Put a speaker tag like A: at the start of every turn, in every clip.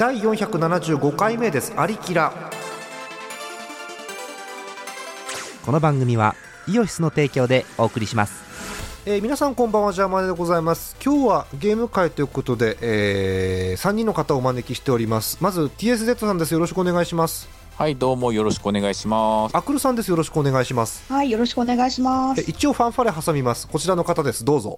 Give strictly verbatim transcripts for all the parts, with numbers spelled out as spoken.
A: だいよんひゃくななじゅうごかいめです。アリキラ。
B: この番組はイオシスの提供でお送りします。
A: えー、皆さんこんばんは、ジャーマネでございます。今日はゲーム会ということで、えー、さんにんの方をお招きしております。まず ティーエスゼット さんです。よろしくお願いします。
C: はい、どうもよろしくお願いします。
A: アクルさんです。よろしくお願いします。
D: はい、よろしくお願いします。
A: え一応ファンファレ挟みます。こちらの方です。どうぞ。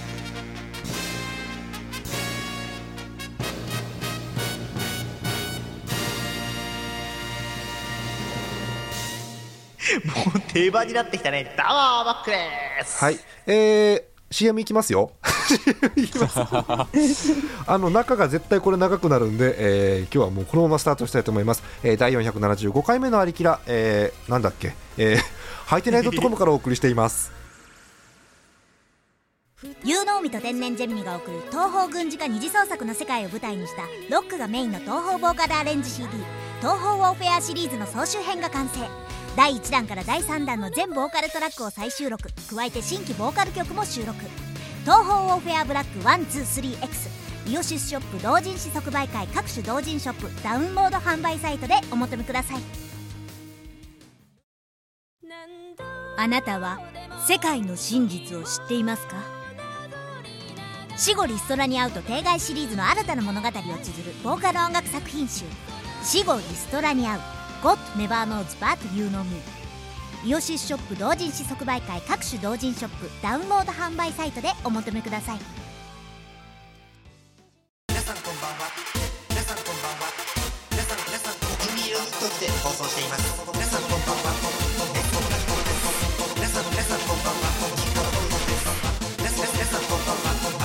E: もう定番になってきたね。どうもマックです。
A: はい、えー、シーエム いきますよ。いきますあの中が絶対これ長くなるんで、えー、今日はもうこのままスタートしたいと思います。えー、だいよんひゃくななじゅうごかいめのアリキラ、えー、なんだっけ、えー、ハイテナイ .com からお送りしています。
F: 有能美と天然ジェミニが送る東方軍事化二次創作の世界を舞台にしたロックがメインの東方ボーカルアレンジ シーディー 東方ウォーフェアシリーズの総集編が完成。だいいちだんからだいさんだんの全ボーカルトラックを再収録、加えて新規ボーカル曲も収録。東方ウォーフェアブラック ワンツースリーエックス イオシスショップ同人誌即売会各種同人ショップダウンロード販売サイトでお求めください。あなたは世界の真実を知っていますか？死後リストラに会うと定外シリーズの新たな物語を綴るボーカル音楽作品集、死後リストラに会う God Never Knows But You Know Me。 イオシスショップ同人誌即売会各種同人ショップダウンロード販売サイトでお求めください。
E: 皆さんこんばんは。皆さんこんばんは。皆さん皆さん国民ユニットで放送しています。皆さんこんばんは。皆さん皆さんこんばんは。皆さん皆さんこんばんは。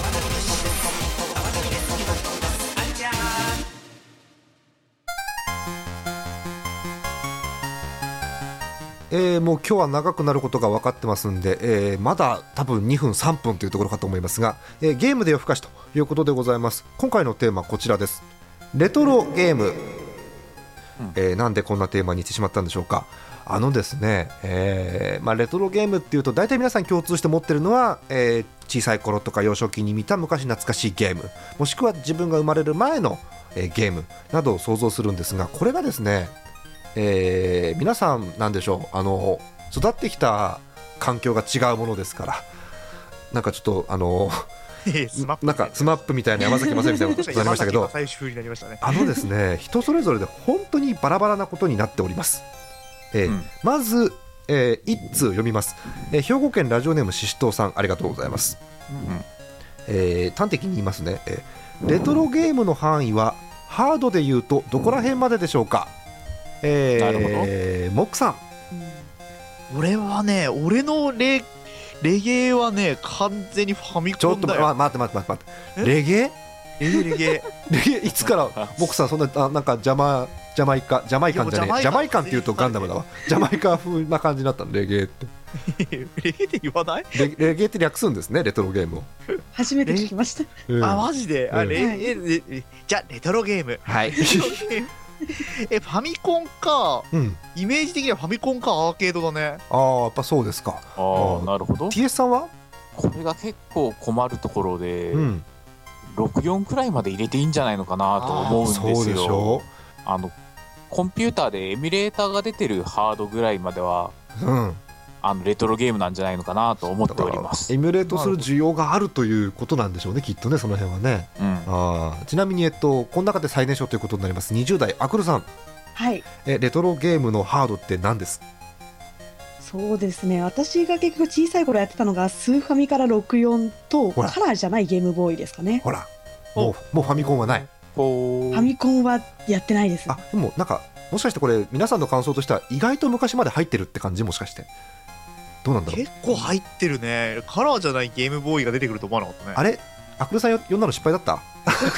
A: えー、もう今日は長くなることが分かってますんで、えー、まだ多分にふんさんぷんというところかと思いますが、えー、ゲームで夜更かしということでございます。今回のテーマはこちらです。レトロゲーム、うんえー、なんでこんなテーマにしてしまったんでしょうか。あのですね、えーまあ、レトロゲームっていうと大体皆さん共通して持ってるのは、えー、小さい頃とか幼少期に見た昔懐かしいゲーム、もしくは自分が生まれる前の、えー、ゲームなどを想像するんですが、これがですね、えー、皆さんなんでしょう、あの育ってきた環境が違うものですから、なんかちょっとあのなんかスマップみたいな山崎まさみたいなことになりましたけどあのですね人それぞれで本当にバラバラなことになっております。えーうん、まず、えー、一通読みます。えー、兵庫県ラジオネームししとうさん、ありがとうございます。うんえー、端的に言いますね、えー、レトロゲームの範囲はハードでいうとどこら辺まででしょうか。えー、なるほど。モックさん、
E: うん、俺はね俺のレレゲエはね完全にファミコンだよ。
A: ちょっと、ま、待って待って待ってレゲエ
E: レゲエレゲエ
A: レゲエいつからモックさんそんなあなんか邪魔ジャマイカジャマイカンじゃねえジャマイカンっていうとガンダムだわ。ジャマイカ風な感じになったのレゲエって
E: レゲエって言わない？
A: レ, レゲエって略すんですね、レトロゲームを。
D: 初めて聞きました、
E: うん、あマジで、うん、あレゲエ、はい、じゃあレトロゲーム、
A: はい
E: えファミコンか、うん、イメージ的にはファミコンかアーケードだね。
A: ああやっぱそうですか。
C: ああなるほど。
A: ティーエス さんは
C: これが結構困るところで、うん、ろくじゅうよんくらいまで入れていいんじゃないのかなと思うんですよ。
A: そうでしょう。
C: あのコンピューターでエミュレーターが出てるハードぐらいまでは、うん、あのレトロゲームなんじゃないのかなと思っております。
A: エミュレートする需要があるということなんでしょうね、きっとね、その辺はね、うん、あちなみに、えっと、この中で最年少ということになりますにじゅう代アクルさん、
D: はい、
A: えレトロゲームのハードって何です？
D: そうですね、私が結局小さい頃やってたのがスーファミからろくじゅうよんとカラーじゃないゲームボーイですかね。
A: ほらもう、もうファミコンはない。
D: ファミコンはやってないです。
A: あでもなんかもしかしてこれ皆さんの感想としては意外と昔まで入ってるって感じ、もしかしてどうなんだろう。
E: 結構入ってるね。カラーじゃないゲームボーイが出てくると思わなかったね。
A: あれアクルさんよ呼んだの失敗だった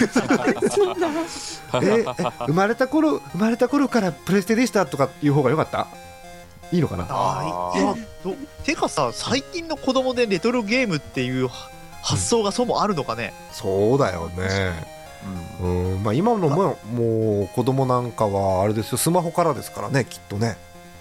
A: え生まれた頃生まれた頃からプレステでしたとかいう方が良かった？いいのかな。
E: あいやどてかさ、最近の子供でレトロゲームっていう発想がそうもあるのかね、
A: うん、そうだよね。うんまあ、今のももう子供なんかはあれですよ、スマホからですからね、きっとね。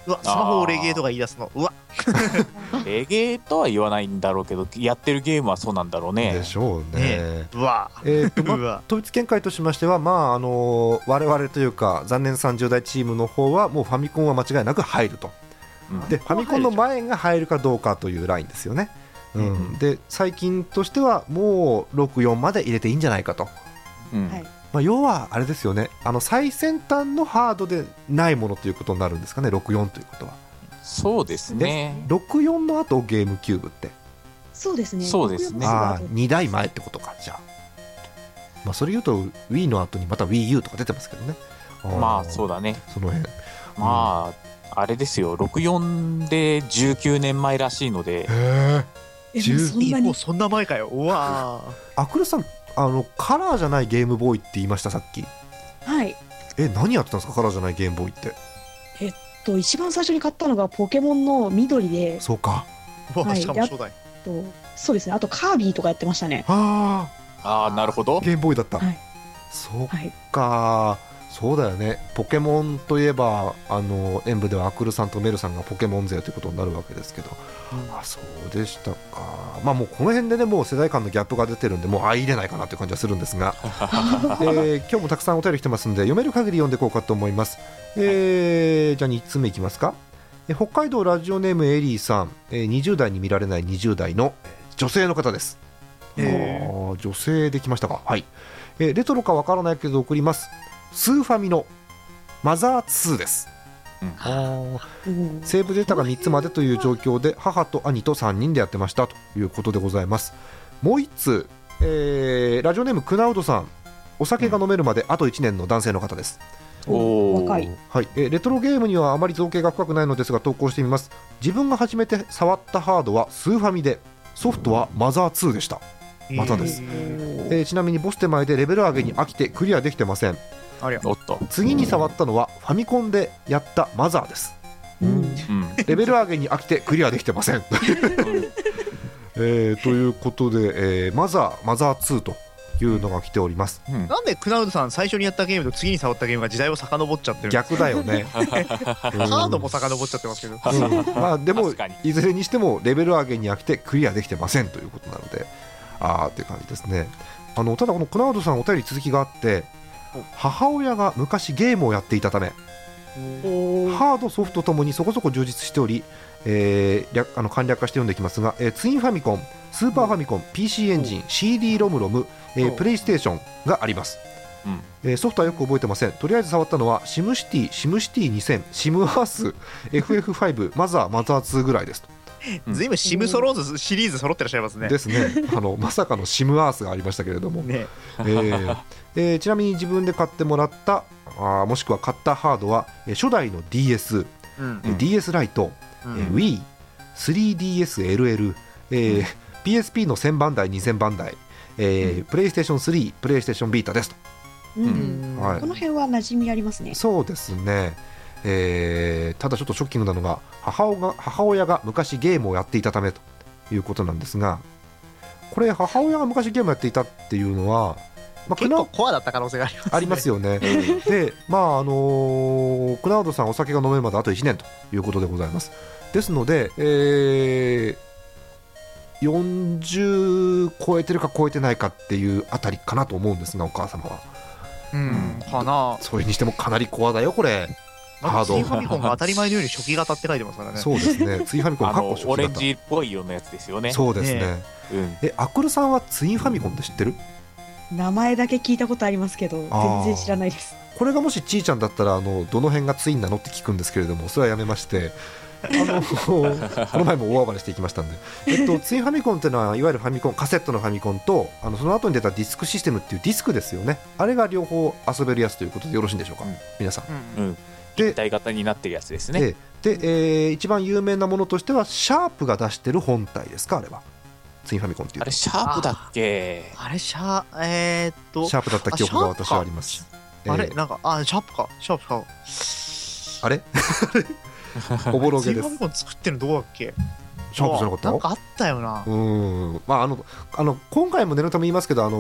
G: うわスマホをレゲエとか言い出すのうわ
C: レゲエとは言わないんだろうけど、やってるゲームはそうなんだろうね。
A: でしょうね。
G: ねうわ
A: えーとま
G: うわ
A: 統一見解としましては、まああの我々というか残念さんじゅう代チームの方はもうファミコンは間違いなく入ると、
C: うん、
A: でファミコンの前が入るかどうかというラインですよね、うんうん、で最近としてはもうろくじゅうよんまで入れていいんじゃないかと、
C: うん
D: はい
A: まあ、要はあれですよね、あの最先端のハードでないものということになるんですかね、ろくじゅうよんということは。
C: そうですね。
A: ろくじゅうよんの後ゲームキューブって、
D: そうですね。
C: そうですね
A: あーにだいまえってことか。じゃあ、まあ、それ言うと Wii の後にまた WiiU とか出てますけどね。あ
C: まあそうだね。
A: その辺
C: まあ、あれですよ、ろくじゅうよんでじゅうきゅうねんまえらしいので。
A: へー
D: えもうそんなに
G: もうそんな前かよ。うわ
A: アクルさん、あのカラーじゃないゲームボーイって言いましたさっき。
D: はい
A: え何やってたんですか、カラーじゃないゲームボーイって。
D: えっと一番最初に買ったのがポケモンの緑で、
A: そうか。
G: うわ
D: はい
G: しかも初代
D: とそうですね、あとカービィとかやってましたね。
A: あ
C: ああ、なるほど
A: ー。ゲームボーイだった、
D: はい
A: そう
D: はい
A: か。そうだよね、ポケモンといえばあの演舞ではアクルさんとメルさんがポケモン勢ということになるわけですけど、あそうでしたか。まあもうこの辺でね、もう世代間のギャップが出てるんで、もう相入れないかなという感じはするんですが、えー今日もたくさんお便り来てますんで読める限り読んでいこうかと思います。えーじゃあみっつめいきますか。え北海道ラジオネームエリーさん、えーにじゅう代に見られないにじゅう代の女性の方です。
G: へー
A: あー女性できましたか。はい、えーレトロかわからないけど送ります。スーファミのマザーツーです。あー
D: うん
A: セーブデータがみっつまでという状況で母と兄とさんにんでやってましたということでございます。もういっつ、えーラジオネームクナウドさん、お酒が飲めるまであといちねんの男性の方です。
C: おー
D: 若い。
A: はい、えーレトロゲームにはあまり造形が深くないのですが投稿してみます。自分が初めて触ったハードはスーファミで、ソフトはマザーツーでした。またです、
G: へ
A: えーちなみにボス手前でレベル上げに飽きてクリアできてません。
G: ーありゃ
C: おっと。
A: 次に触ったのはファミコンでやったマザーです。
D: うん
C: うん。
A: レベル上げに飽きてクリアできてません、えーということで、えーマザーマザーツーというのが来ております。
C: うん
G: なんでクナウドさん最初にやったゲームと次に触ったゲームが時代を遡っちゃってるんですか。
A: 逆だよね、
G: カードも遡っちゃってますけど
A: うんまあ、でも
C: 確かに
A: いずれにしてもレベル上げに飽きてクリアできてませんということなので、あーっていう感じですね。あのただこのクナウドさんお便り続きがあって、母親が昔ゲームをやっていたためハードソフトともにそこそこ充実しており、えー略あの簡略化して読んでいきますが、えーツインファミコン、スーパーファミコン、 ピーシー エンジン、 シーディー ロムロム、えープレイステーションがあります。
C: うん
A: えーソフトはよく覚えてません。とりあえず触ったのはシムシティ、シムシティにせん、シムアース、エフエフファイブ、マザー、マザーツーぐらいですと。
G: ずいぶんシムソローズシリーズ揃ってらっしゃいますね。
A: ですねあのまさかのシムアースがありましたけれども、
G: ね
A: えーえーちなみに自分で買ってもらったあーもしくは買ったハードは、えー初代の ディーエス、
G: うん
A: えー ディーエス ライト、
G: う
A: えー Wii、スリーディーエスエルエル、えー ピーエスピー のせんばん台、にせんばん台、えープレイステーションスリー、プレイステーションビータですと。
D: うん
A: はい
D: この辺は馴染みありますね。
A: そうですね、えーただちょっとショッキングなのが母親が母親が昔ゲームをやっていたためということなんですが、これ母親が昔ゲームをやっていたっていうのは、まあ、ク
G: 結
A: ナ
G: 構コアだった可能性がありますね。
A: ありますよね。で、まああのークナウドさんお酒が飲めるまであといちねんということでございます。ですので、えー、よんじゅう超えてるか超えてないかっていうあたりかなと思うんですが、お母様は
G: うんかな。
A: それにしてもかなりコアだよこれ。ハード
G: ツインファミコンが当たり前のように初期型って書いてますからね。
A: そうですね、ツインファミコン
C: あの
A: 過去初期型
C: オレンジっぽいようなやつですよね。
A: そうですね。
G: ね
C: うん。
A: え、アクルさんはツインファミコンって知ってる？
D: 名前だけ聞いたことありますけど
A: あー
D: 全然知らないです。
A: これがもしちーちゃんだったらあのどの辺がツインなのって聞くんですけれども、それはやめましてあのこの前も大暴れしていきましたんで、えっと、ツインファミコンっていうのはいわゆるファミコン、カセットのファミコンとあのその後に出たディスクシステムっていうディスクですよね。あれが両方遊べるやつということでよろしいんでしょうか、
C: うん
A: 皆さん。
G: うん
C: うん。
A: で
C: 一体型になってるやつですね。
A: でで、えー一番有名なものとしてはシャープが出してる本体ですか、あれはツインファミコンっていうと
C: あれシャープだっけ？
G: あれシャーえー、っと
A: シャープだった記憶が私はあります。えー
G: あれなんかあシャープかシャープか。
A: あれおぼろげです
G: ツインファミ。コン作ってるのどこだっけ。
A: シャープじゃなかったの
G: なんかあったよな。
A: うーん、まああのあの今回も念のため言いますけど、あの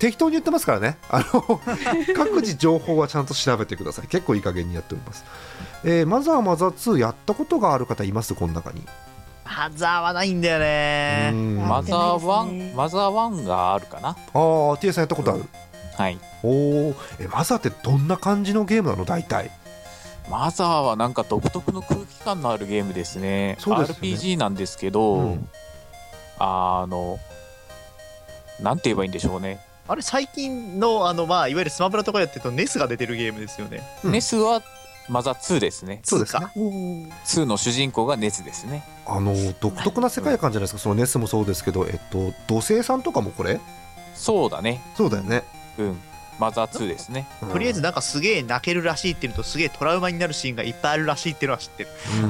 A: 適当に言ってますからね、あの各自情報はちゃんと調べてください。結構いい加減にやっております。えー、マザーマザーツーやったことがある方います？この中に。
G: マザーはないんだよね。
C: マザーワン、マザーワンがあるかな。
A: ああ、ティエさんやったことある？
C: はい。
A: おお、えマザーってどんな感じのゲームなの大体？
C: マザーはなんか独特の空気感のあるゲームですね。そうですよね。 アールピージー なんですけど、うん、あのなんて言えばいいんでしょうね。
G: あれ最近のあのまあいわゆるスマブラとかやってると ネス が出てるゲームですよね。
C: うん、ネス はマザーツーですね。
A: そうですか。
C: ツーの主人公がネスですね。
A: あの独特な世界観じゃないですか。その ネス もそうですけど、えっと土星さんとかもこれ？そうだね。そうだよね。
C: うん。マザーツーですね。
G: とりあえずなんかすげえ泣けるらしいっていうのとすげえトラウマになるシーンがいっぱいあるらしいっていうのは知ってる。うん、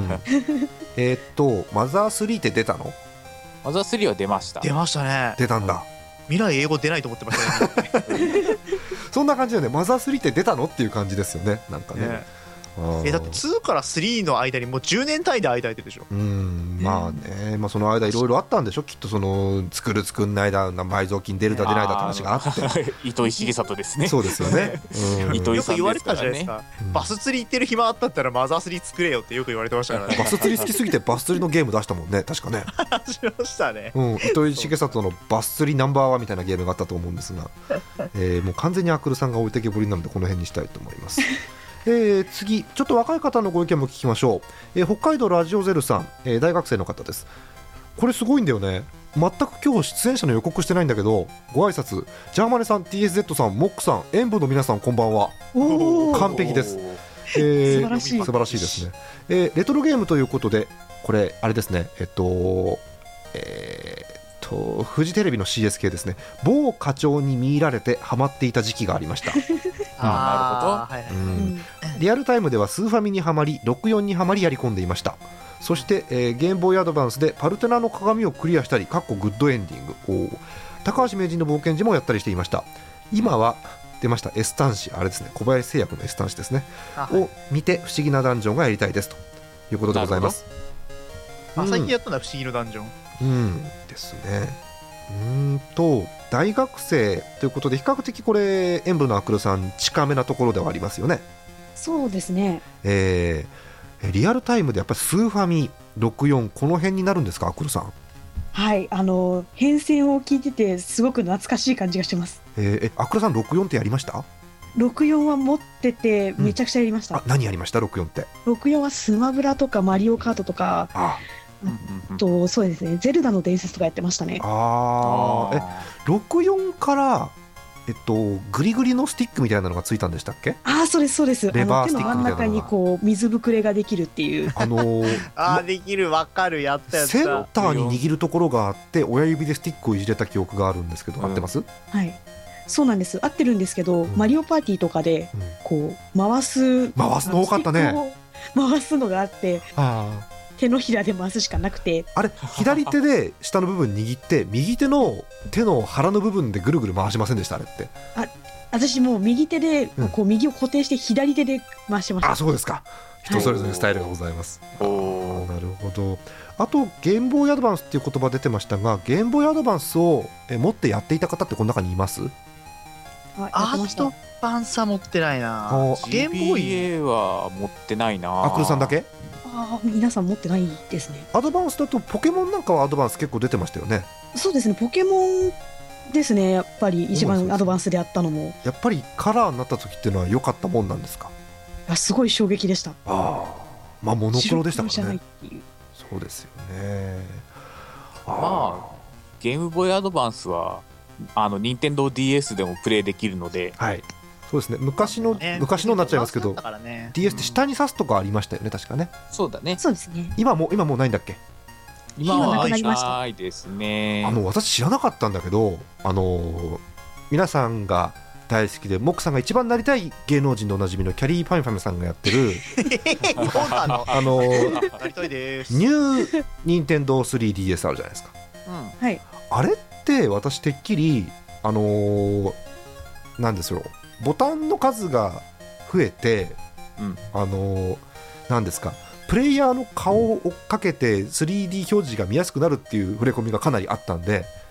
A: えっとマザースリーって出たの？
C: マザースリーは出ました。
G: 出ましたね。
A: 出たんだ。
G: 未来英語出ないと思ってましたね。
A: そんな感じだよね。マザースリーって出たのっていう感じですよね。なんかね。ね
G: えだってツーからスリーの間にもうじゅうねん単位で間空いてるでしょ。
A: うんまあね、まあ、その間いろいろあったんでしょきっと。その作る作んないだ埋蔵金出るだ出ないだって話があって
C: 糸井重里ですね。
A: そうですよね、
G: うん、糸井さんですからね。よく言われたじゃないですか、うん、バス釣り行ってる暇あったったらマザースリー作れよってよく言われてましたからね。
A: バス釣り好きすぎてバス釣りのゲーム出したもんね確かね。
G: しましたね、
A: うん、糸井重里のバス釣りナンバーワンみたいなゲームがあったと思うんですが、えー、もう完全にアクルさんが置いてけぼりなのでこの辺にしたいと思います。えー、次ちょっと若い方のご意見も聞きましょう。えー、北海道ラジオゼルさん、えー、大学生の方です。これすごいんだよね。全く今日出演者の予告してないんだけどご挨拶ジャーマネさん ティーエスゼット さんモックさん演舞の皆さんこんばんは。完璧です、えー、素晴らしい素晴らしいですね。えー、レトロゲームということでこれあれですねえっとえーとフジテレビの シーエス 系ですね。某課長に見入られてハマっていた時期がありました。
C: あなるほど、
A: うん、リアルタイムではスーファミにはまりろくじゅうよんにはまりやり込んでいました。そして、えー、ゲームボーイアドバンスでパルテナの鏡をクリアしたりかっこグッドエンディングお高橋名人の冒険寺もやったりしていました。今は出ましたエスタンシあれですね小林製薬のエスタンシですねを見て不思議なダンジョンがやりたいですということでございます。
G: あ最近やったのは不思議のダンジョン
A: うんですね。うんと大学生ということで比較的これ演舞のアクルさん近めなところではありますよね。
D: そうですね、
A: えー、リアルタイムでやっぱりスーファミろくじゅうよんこの辺になるんですかアクルさん。
D: はいあの変遷を聞いててすごく懐かしい感じがしてます。
A: えー、えアクルさんろくじゅうよんってやりました？
D: ろくじゅうよんは持っててめちゃくちゃやりました、
A: うん、あ何やりましたろくじゅうよんって？
D: ろくじゅうよんはスマブラとかマリオカートとかああとそうですねゼルダの伝説とかやってましたね。
A: ああえろくじゅうよんからえっとグリグリのスティックみたいなのがついたんでしたっけ？
D: ああそうですそうです。
A: レバースティックみたいなのが
D: 手の真ん中にこう水ぶくれができるっていう
A: あのー、
G: あーできるわかるやったやつ
A: センターに握るところがあって親指でスティックをいじれた記憶があるんですけど、うん、合ってます？
D: はいそうなんです合ってるんですけど、うん、マリオパーティーとかでこう回す
A: 回すの多かったね。
D: 回すのがあってあ手のひらで回すしかなくて
A: あれ左手で下の部分握って右手の手の腹の部分でぐるぐる回しませんでしたあれって？
D: あ私もう右手でこう右を固定して左手で回してました、
A: うん、あそうですか人それぞれスタイルがございます、はい、おなるほど。あとゲームボーイアドバンスっていう言葉出てましたがゲームボーイアドバンスをえ持ってやっていた方ってこの中にいます？
G: あアートバンサー持ってないな。
C: ゲームボーイ ジービーエー は持ってないな。
A: アクルさんだけ？
D: あ皆さん持ってないですね。
A: アドバンスだとポケモンなんかはアドバンス結構出てましたよね。
D: そうですねポケモンですねやっぱり一番アドバンスであったのも。
A: やっぱりカラーになった時っていうのは良かったもんなんですか？
D: あすごい衝撃でした。あ
A: あまあモノクロでしたからね。
D: いう
A: そうですよね。
C: あまあゲームボーイアドバンスはあの任天堂 ディーエス でもプレイできるので、
A: はい、そうですね昔の、ね、昔のになっちゃいますけど、ね、ディーエス って下に刺すとかありましたよね、うん、確かね。
C: そうだね。
D: そうですね。
A: 今も今もうないんだっけ？
C: 今はないですね。
A: あの私知らなかったんだけどあの皆さんが大好きでモックさんが一番なりたい芸能人でおなじみのキャリーパンファムさんがやってるあのニュー任天堂 スリーディーエス あるじゃないですか、
D: うん、はい
A: あれって私てっきりあのー、なんですよボタンの数が増えて、うん、あのー、なんですかプレイヤーの顔を追っかけて スリーディー 表示が見やすくなるっていう触れ込みがかなりあったんで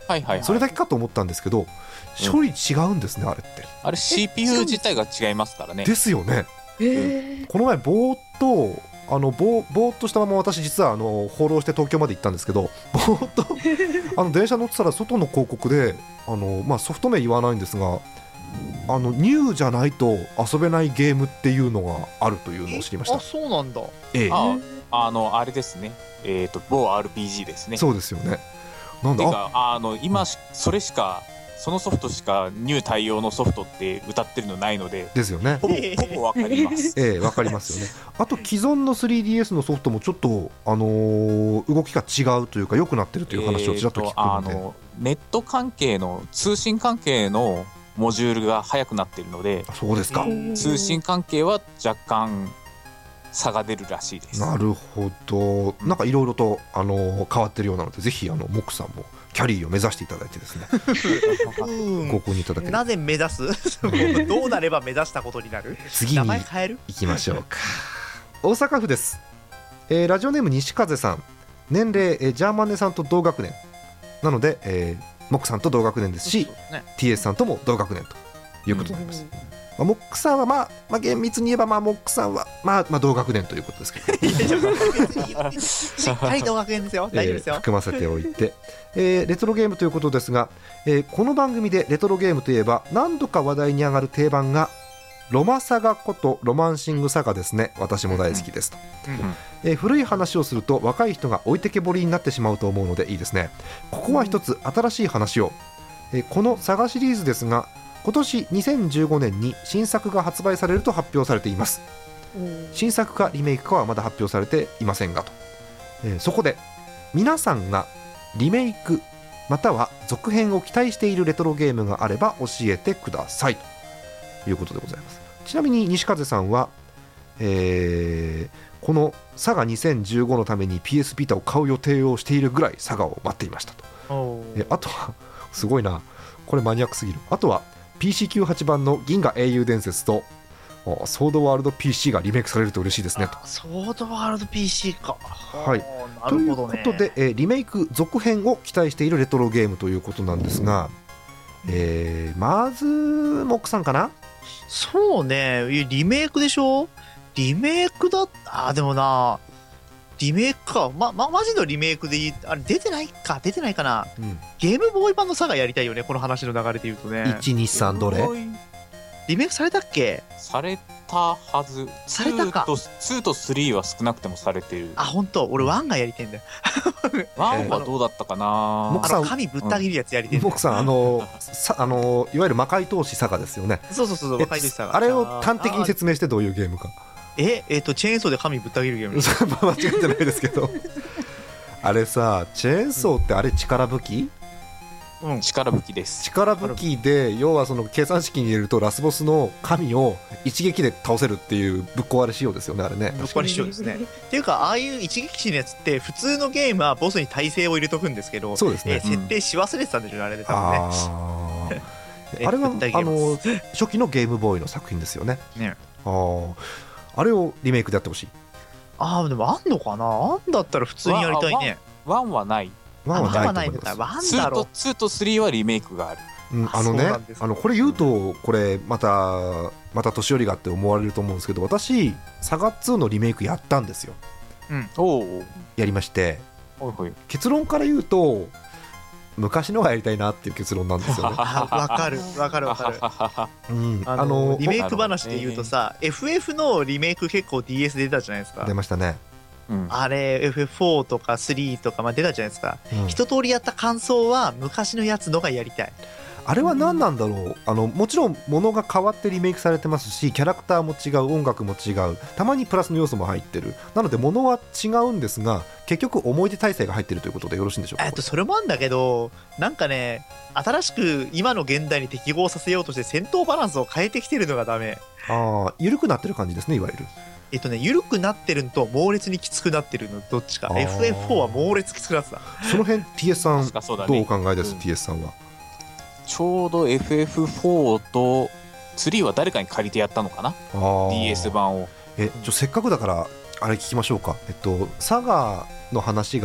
C: はいはいはい、
A: それだけかと思ったんですけど、処理違うんですね、あれって。
C: あれ シーピーユー 自体が違いますからね。
A: ですよね。
D: えー、
A: この前ぼーっとあのぼーぼーっとしたまま私実はあの放浪して東京まで行ったんですけど、ぼーっとあの電車乗ってたら外の広告であの、まあ、ソフト名言わないんですが、あのニューじゃないと遊べないゲームっていうのがあるというのを知りました。
G: あ、そうなんだ。
A: ええ、
C: ああのあれですね、えーと某 アールピージー ですね。
A: そうですよね。なんだ、
C: てかあの今それしかそのソフトしかニュー対応のソフトって歌ってるのないので、
A: ですよね。
C: ほぼほぼわかります。
A: ええ、わかりますよね。あと既存の スリーディーエス のソフトもちょっと、あのー動きが違うというか良くなってるという話をちらっと聞くので、
C: えーとあのネット関係の通信関係のモジュールが速くなっているので、
A: そうですか。
C: 通信関係は若干差が出るらしいです。
A: なるほど。なんかいろいろと、あのー変わってるようなので、ぜひあのモックさんもキャリーを目指していただいてですね、
G: うん
A: ご購入いただければ。
G: なぜ目指すどうなれば目指したことになる？
A: 次に
G: 名前変える？
A: 行きましょうか。大阪府です、えーラジオネーム西風さん、年齢、えージャーマネさんと同学年なので、えーモックさんと同学年ですし、
G: そうですね。
A: ティーエス さんとも同学年ということになります。まあ、モックさんは、まあ、まあ厳密に言えば、まあ、モックさんは、まあまあ、同学年ということですけど、
G: いやちょっと別にいいよしっかり同学年ですよ。大丈夫ですよ。
A: えー含ませておいて、えーレトロゲームということですが、えーこの番組でレトロゲームといえば何度か話題に上がる定番がロマサガことロマンシングサガですね。私も大好きですと、えー古い話をすると若い人が置いてけぼりになってしまうと思うのでいいですね。ここは一つ新しい話を、えーこのサガシリーズですが、今年にせんじゅうごねんに新作が発売されると発表されています。新作かリメイクかはまだ発表されていませんがと、えーそこで皆さんがリメイクまたは続編を期待しているレトロゲームがあれば教えてくださいということでございます。ちなみに西風さんは、えーこのサガにせんじゅうごのために ピーエス ビータを買う予定をしているぐらいサガを待っていましたと。
G: おー
A: えーあとはすごいな、これマニアックすぎる。あとは ピーシーきゅうじゅうはち 版の銀河英雄伝説とあソードワールド ピーシー がリメイクされると嬉しいですねと。
G: あソードワールド ピーシー か。
A: はい
G: な
A: という
G: るほどね。
A: ことで、えーリメイク続編を期待しているレトロゲームということなんですが、えーまずモックさんかな。
G: そうね、いやリメイクでしょ。リメイクだあーでもな、リメイクか、ま、ま、マジのリメイクでいい、あれ出てないか、出てないかな。
A: うん、
G: ゲームボーイ版のサガやりたいよね、この話の流れで言うとね。
A: いちにさんどれ。
G: リメイクされたっけ？
C: されたはず。
G: されたか
C: ツーとツーとスリーは少なくてもされてる。
G: あ、本当、俺ワンがやりたいんだよ。
C: ワンはどうだったかな。
G: あ
A: モックさん
G: の神ぶった切るやつやりたいんだよ。
A: モックさん、あのさあのいわゆる魔界闘士サガですよね。
G: そうそうそうそう、
A: え
G: 若い時サガ。
A: あれを端的に
G: あー
A: 説明してどういうゲームか。
G: え、えっとチェーンソーで神ぶった切るゲーム。
A: 間違ってないですけどあれさ、チェーンソーってあれ力武器、
G: うん。
C: 力武器です。
A: 力武器で、要はその計算式に入れるとラスボスの神を一撃で倒せるっていうぶっ壊れ仕様ですよね、あれね。
G: ぶっ壊れ仕様ですね。っていうか、ああいう一撃死のやつって普通のゲームはボスに耐性を入れとくんですけど、
A: そうですね。
G: えー設定し忘れてたんでしょうね、あれで多分ね。
A: あ
G: え
A: ーあれは
G: ぶった切れ
A: あの
G: ます
A: 初期のゲームボーイの作品ですよね。
G: ね
A: あーあれをリメイクでやってほしい。
G: ああ、でもあんのかな。あんだったら普通にやりたいね。
C: ワンはない。
A: ワンは
G: あワン
A: ないと思います。
G: ワン
C: ツーと
G: だろ
C: ツーとスリーはリメイクがある。
A: うん、
G: あ
A: あのね
G: そうなんですか
A: あのこれ言うとこれまたまた年寄りがって思われると思うんですけど、私サガツーのリメイクやったんですよ。
C: おお。
A: やりまして、
C: ほいほい。
A: 結論から言うと昔のがやりたいなっていう結論なんですよね。
G: あわかるわかるわかる。
A: うん、
G: あ
A: あの
G: のリメイク話で言うとさ、エフエフ のリメイク結構 ディーエス で出たじゃないですか
A: 出。ましたね。
C: うん
G: あれ エフエフフォー とかスリーとかまあ出たじゃないですか。
A: うん
G: 一通りやった感想は昔のやつのがやりたい。
A: あれは何なんだろう。あのもちろん物が変わってリメイクされてますし、キャラクターも違う、音楽も違う、たまにプラスの要素も入ってる。なので物は違うんですが、結局思い出耐性が入ってるということでよろしいんでしょうか。
G: えっとそれもあんだけど、なんかね、新しく今の現代に適合させようとして戦闘バランスを変えてきてるのがダメ。
A: ああ、緩くなってる感じですね、いわゆる。
G: えっとね、緩くなってるのと猛烈にきつくなってるのどっちか。
A: あー
G: エフエフフォー は猛烈きつくなってた。
A: その辺 ティーエス さん
C: 確かそうだ
A: どうお
C: ね。
A: 考えです、
C: うん
A: ティーエス さんは。
C: ちょうど エフエフフォー とスリーは誰かに借りてやったのかな。
A: あー
C: ディーエス 版を。
A: えちょせっかくだからあれ聞きましょうか。えっとサガの話が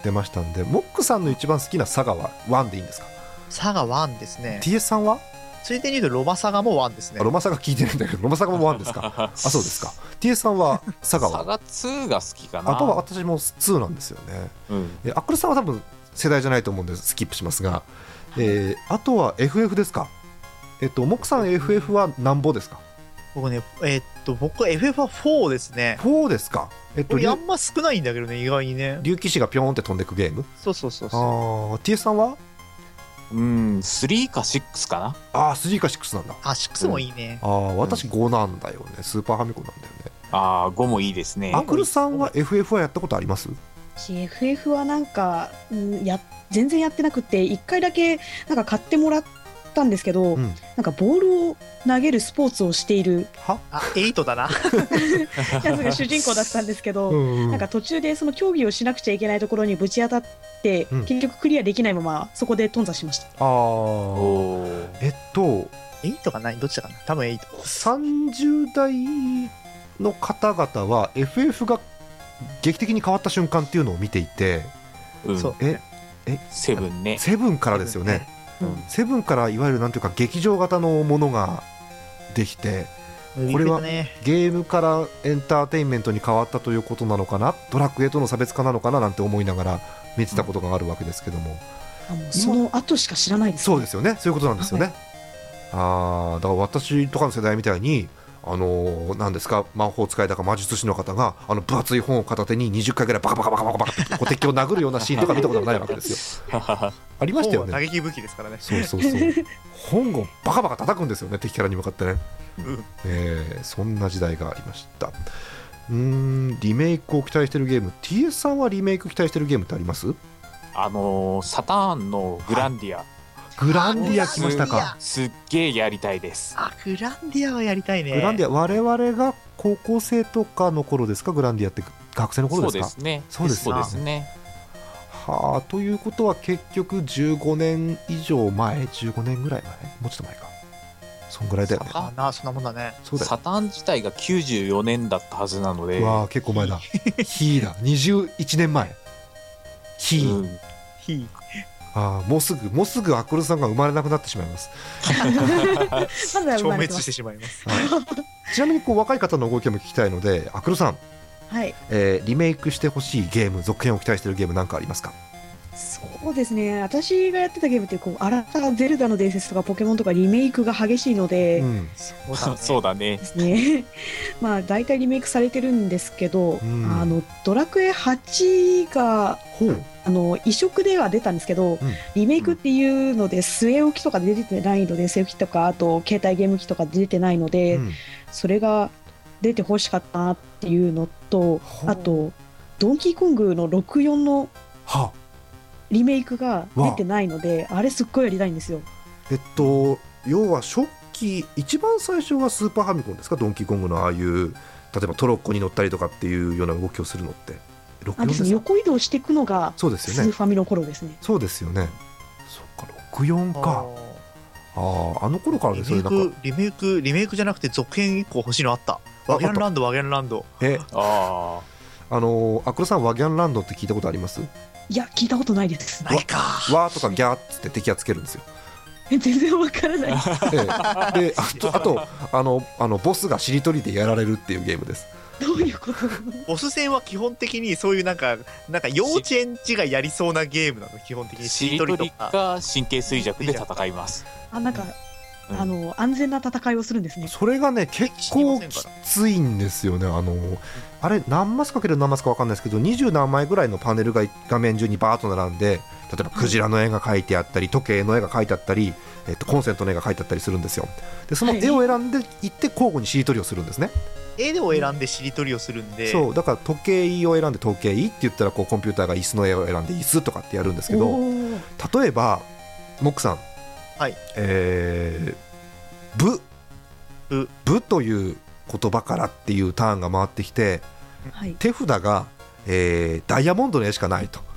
A: 出ましたんで、モックさんの一番好きなサガはワンでいいんですか？
G: サガワンですね。
A: ティーエス さんは？
G: ついでに言うとロマサガもワンですね。
A: ロマサガ聞いてないんだけど、ロマサガもワンですか？あ、そうですか。ティーエス さんはサガは？
C: サガツーが好きかな。
A: あとは私もツーなんですよね、
C: うん、
A: えアックルさんは多分世代じゃないと思うんでスキップしますが、えー、あとは エフエフ ですか？えっとモックさん エフエフ は何ぼですか？
G: 僕ね、えーっと僕は エフエフ はフォーですね。
A: フォーですか？えっと
G: これあんま少ないんだけどね、意外にね。
A: 竜騎士がピョーンって飛んでくゲーム。
G: そうそうそうそう。
A: あー ティーエス さんは？
C: うん、スリーかシックスかな。
A: ああスリーかシックスなんだ。
G: あ、シックスもいいね。
A: ああ私ごなんだよね、スーパーファミコンなんだよね。
C: ああごもいいですね。
A: アクルさんは エフエフ はやったことあります？
D: エフエフ はなんか、うん、や全然やってなくて、いっかいだけなんか買ってもらったんですけど、
A: うん、
D: なんかボールを投げるスポーツをしている
A: は
G: あ、エイトだな。
D: やつが主人公だったんですけど、
A: うんうん、
D: なんか途中でその競技をしなくちゃいけないところにぶち当たって、
A: うん、
D: 結局クリアできないままそこで頓挫しました。
A: ああえっと
G: エイトかな、どっちだかな、多分エイト。
A: さんじゅう代の方々は エフエフ が劇的に変わった瞬間っていうのを見ていて、
C: うん、
G: そう
A: ええ
C: セブンね。
A: セブンからですよね。
D: うん、
A: セブンからいわゆるなんていうか劇場型のものができて、これはゲームからエンターテインメントに変わったということなのかな、ドラクエとの差別化なのかななんて思いながら見てたことがあるわけですけども、
D: あもうその後しか知らないです、ね、
A: そうですよね、そういうことなんですよね、はい、あだから私とかの世代みたいにあのー、何ですか魔法使いだか魔術師の方があの分厚い本を片手ににじゅっかいぐらいバカバカバカバカバカってこう敵を殴るようなシーンとか見たことがないわけですよ。ありましたよね。
G: 打撃武器ですからね。
A: そうそうそう本をバカバカ叩くんですよね、敵キャラに向かってね、
G: うん
A: えー、そんな時代がありました。うーんリメイクを期待しているゲーム、 ティーエス さんはリメイク期待しているゲームってあります？
C: あのー、サターンのグランディア、
A: グランディア来ましたか。
C: すっげえやりたいです。
G: あ、グランディアはやりたいね。
A: グランディア我々が高校生とかの頃ですか？グランディアって学生の頃ですか？
C: そうですね。
A: そうです
C: そうですね。
A: はあ、ということは結局じゅうごねん以上前、じゅうごねんぐらい前、もうちょっと前か、そんぐらいだよね。
G: あなそんなもんだね。
A: そうだよ。
C: サターン自体がきゅうじゅうよねんだったはずなので、
A: わあ結構前だ。ヒーだ、にじゅういちねんまえ。ヒー、
C: うん、
G: ヒー
A: あもうすぐもうすぐアクルさんが生まれなくなってしまいます。
D: まだ生
G: 消滅
D: まれてます
G: してしまいます。
A: はい、ちなみにこう若い方の動きも聞きたいので、アクルさん、
D: はい、
A: えー、リメイクしてほしいゲーム、続編を期待しているゲーム何かありますか？
D: そうですね、私がやってたゲームってこう新たなゼルダの伝説とかポケモンとかリメイクが激しいので、
A: うん、
G: そうだね。
C: そうだね。
D: ですねまあ大体リメイクされてるんですけど、
A: うん、
D: あのドラクエはちが
A: ほう
D: あの移植では出たんですけど、うん、リメイクっていうので据え置きとか出てないので、据え置きとかあと携帯ゲーム機とか出てないので、うん、それが出てほしかったなっていうのと、あとドンキーコングのろくじゅうよんのリメイクが出てないので、あれすっごいやりたいんですよ。
A: えっと要は初期一番最初はスーパーファミコンですか？ドンキーコングのああいう例えばトロッコに乗ったりとかっていうような動きをするのってろくじゅうよんですか？
D: 横移動していくのが
A: そうですよね、
D: スーファミの頃ですね。
A: そうですよね。そっかろくじゅうよんか。あああの頃からですよね。
G: リメイクリメイクリメイクじゃなくて続編いっこ欲しいのあった。ワギャンランドワギャンランド。
A: え
C: あ
A: あのアクロさんワギャンランドって聞いたことあります？
D: いや聞いたことないです。
G: ないか。
A: わーとかギャーっつって敵がつけるんですよ。
D: え全然わからない。
A: ええ、であとあとあのあのボスがしりとりでやられるっていうゲームです。
D: どういうこと？
G: ボス戦は基本的にそういうなんかなんか幼稚園児がやりそうなゲームなの。基本的に
C: しりとりとか神経衰弱で戦います。
D: あなんか、うん、あの安全な戦いをするんですね。
A: それがね結構きついんですよね。あのあれ何マスかける何マスか分かんないですけどにじゅう何枚ぐらいのパネルが画面中にバーッと並んで、例えばクジラの絵が描いてあったり時計の絵が描いてあったり、えっと、コンセントの絵が描いてあったりするんですよ。でその絵を選んでいって交互にしりとりをするんですね。
G: 絵を選んでしりとりをするんで、
A: そうだから時計を選んで時計って言ったらこうコンピューターが椅子の絵を選んで椅子とかってやるんですけど、例えばモックさん、
G: はい
A: えー、ブ
G: ブ
A: ブという言葉からっていうターンが回ってきて、はい、手札が、えー、ダイヤモンドの絵しかないと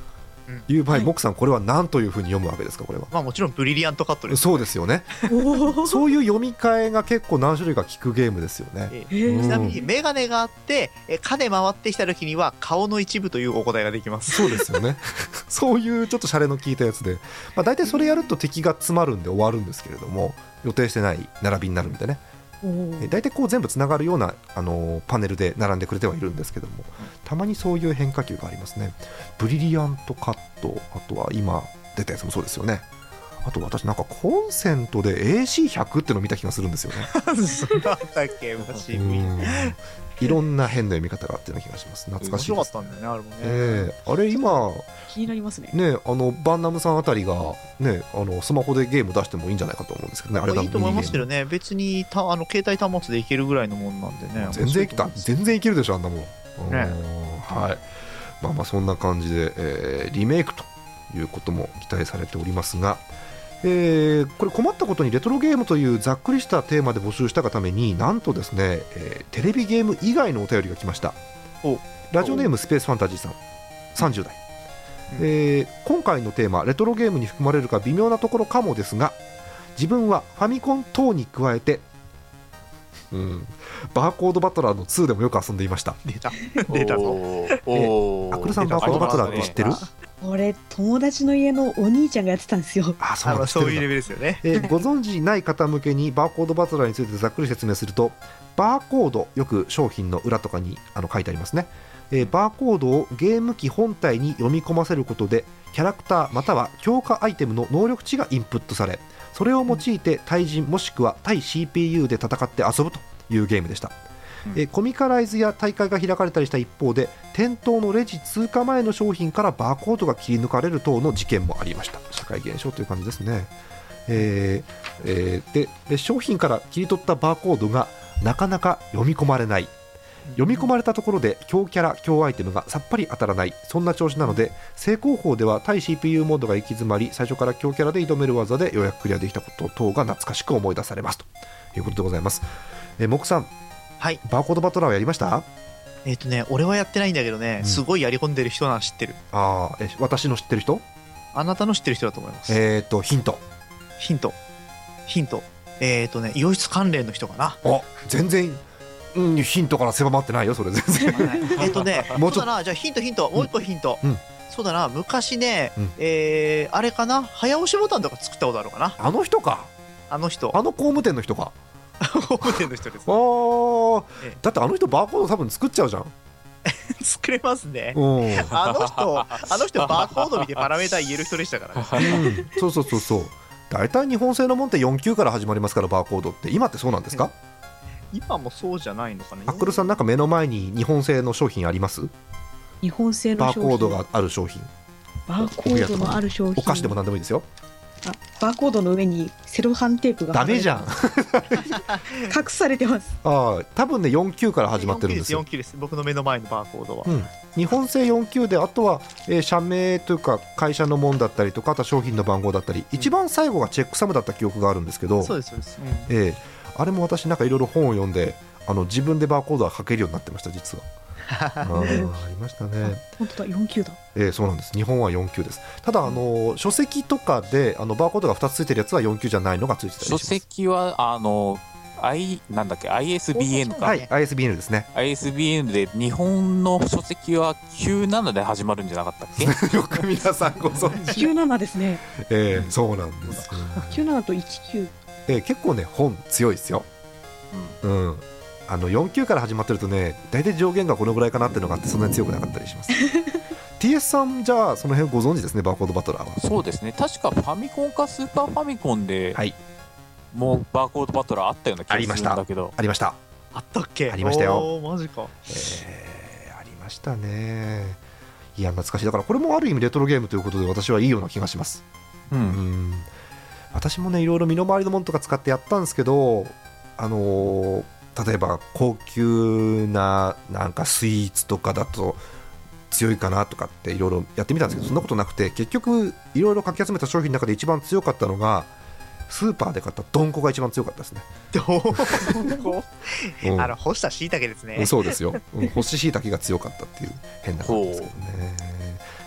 A: いう場合、
D: はい
A: モクさんこれは何というふうに読むわけですか？これは
G: まあもちろんブリリアントカットです。
A: そうですよね。そういう読み替えが結構何種類か効くゲームですよね。
G: え
D: へー
A: うん
G: ちなみにメガネがあってえ影回ってきた時には顔の一部というお答えができます。
A: そうですよね。そういうちょっとシャレの効いたやつで、まあ、大体それやると敵が詰まるんで終わるんですけれども、予定してない並びになるんでね、
D: おー
A: え大体こう全部つながるような、あのーパネルで並んでくれてはいるんですけども、たまにそういう変化球がありますね。ブリリアントカット、あとは今出たやつもそうですよね。あと私なんかコンセントで エーシーひゃく ってのを見た気がするんですよね。
G: そんなあったっけ昔。
A: うんいろんな変な読み方があったような気がします。懐か
G: 面白かっ
A: しいです。
G: たんだよねあれもね。
A: ええあれ今
D: 気になりますね。
A: ね、あのバンナムさんあたりが、ね、あのスマホでゲーム出してもいいんじゃないかと思うんですけどね。あれ
G: いいと思いますけど
A: ね。
G: ね。別にたあの携帯端末でいけるぐらいのもんなんでね。
A: 全然いけた全然いけるでしょあんなもん。
G: ね
A: うんはい。まあまあそんな感じで、えーリメイクということも期待されておりますが、えーこれ困ったことにレトロゲームというざっくりしたテーマで募集したがために、なんとですね、えーテレビゲーム以外のお便りが来ました。
G: お
A: ラジオネームスペースファンタジーさん、さんじゅう代。
G: うん
A: えー今回のテーマレトロゲームに含まれるか微妙なところかもですが、自分はファミコン等に加えて、うん、バーコードバトラーのツーでもよく遊んでいました。
G: 出た出たぞ。
C: おーおー
A: アクルさんバーコードバトラーって知ってる？
D: これ友達の家のお兄ちゃんがやってたんですよ。
A: あ、そうなんだ、
G: あのそういうレ
A: 知ってるんだ。
G: ベルですよね。
A: えーご存知ない方向けにバーコードバトラーについてざっくり説明すると、バーコード、よく商品の裏とかにあの書いてありますね。えーバーコードをゲーム機本体に読み込ませることでキャラクターまたは強化アイテムの能力値がインプットされ、それを用いて対人もしくは対 シーピーユー で戦って遊ぶというゲームでした。
C: うん
A: えーコミカライズや大会が開かれたりした一方で、店頭のレジ通過前の商品からバーコードが切り抜かれる等の事件もありました。社会現象という感じですね。えーえーでで商品から切り取ったバーコードがなかなか読み込まれない、読み込まれたところで強キャラ強アイテムがさっぱり当たらない、そんな調子なので、正攻法では対 シーピーユー モードが行き詰まり、最初から強キャラで挑める技でようやくクリアできたこと等が懐かしく思い出されますということでございます。えー、モクさん、
G: はい。
A: バーコードバトラーはやりました？
G: えっとね俺はやってないんだけどね、
A: うん
G: すごいやり込んでる人なの知ってる。
A: あーえ私の知ってる人？
G: あなたの知ってる人だと思います。
A: えーとヒント。
G: ヒントヒントえっとねイオシス関連の人かな。
A: あ、全然、うん、ヒントから狭まってないよそれ全然。
G: えっとね
A: もうちょっと
G: そうだな、じゃあヒントヒントもう一個ヒント、
A: うん
G: そうだな、昔ね、
A: うん
G: えーあれかな、早押しボタンとか作ったことあるかな。
A: あの人か、
G: あの人
A: あの工務店の人か。
G: ホーム店の人です
A: あー
G: ええ
A: だってあの人バーコード多分作っちゃうじゃん。
G: 作れますね。
A: うん
G: あの人あの人バーコード見てパラメータ言える人でしたからね。
A: うんそうそうそうそう。大体日本製のもんってよん級から始まりますから、バーコードって今ってそうなんですか？
G: 今もそうじゃないのかね。
A: アックルさんなんか目の前に日本製の商品あります？
D: 日本製の
A: バー
D: 商品。
A: コードがある商品、
D: バーコードのある商品。
A: お菓子でも何でもいいですよ。
D: あバーコードの上にセロハンテープが
A: ダメじゃん。
D: 隠されてます。
A: ああ、多分ねよん級から始まってるんですよ。
G: よん級です。僕の目の前のバーコードは。
A: うん、日本製よん級で、あとは、えー社名というか会社のもんだったりとか、あとは商品の番号だったり、一番最後がチェックサムだった記憶があるんですけど、
G: そうですそうです。うん
A: えーあれも私なんかいろいろ本を読んで、あの自分でバーコードは書けるようになってました実は。あーありましたね。
D: 本当だ、よん級だ。
A: えーそうなんです。日本はよん級です。ただあの書籍とかであのバーコードがふたつついてるやつはよん級じゃないのがついてたりしま
C: 書
A: す。
C: 籍はあの I なんだっけ アイエスビーエヌ か、
A: はい、アイエスビーエヌ ですね。
C: アイエスビーエヌ で日本の書籍はきゅうじゅうななで始まるんじゃなかったっけ？
A: よく皆さんご存知。
D: きゅうじゅうななですね。
A: えーそうなんです。
D: きゅうじゅうななといち級。
A: えー結構ね本強いですよ。うん、あのよん級から始まってるとね、大体上限がこのぐらいかなっていうのがあって、そんなに強くなかったりします。ティーエス さん、じゃあその辺ご存知ですね、バーコードバトラーは。
C: そうですね、確かファミコンかスーパーファミコンで、
A: はい、
C: もうバーコードバトラーあったような気がするんだけど、
A: ありました、
G: あったっけ？
A: ありましたよ
G: おーマジか。
A: えーありましたね。いや懐かしい。だからこれもある意味レトロゲームということで、私はいいような気がします。
C: う
A: うんん、私もねいろいろ身の回りのものとか使ってやったんですけど、あのー例えば高級ななんかスイーツとかだと強いかなとかっていろいろやってみたんですけど、そんなことなくて、結局いろいろかき集めた商品の中で一番強かったのがスーパーで買ったドンコが一番強かったですね。
G: どう
A: うん
G: あの干した椎茸ですね。
A: そうですよ、うん、干し椎茸が強かったっていう変な感じですけどね。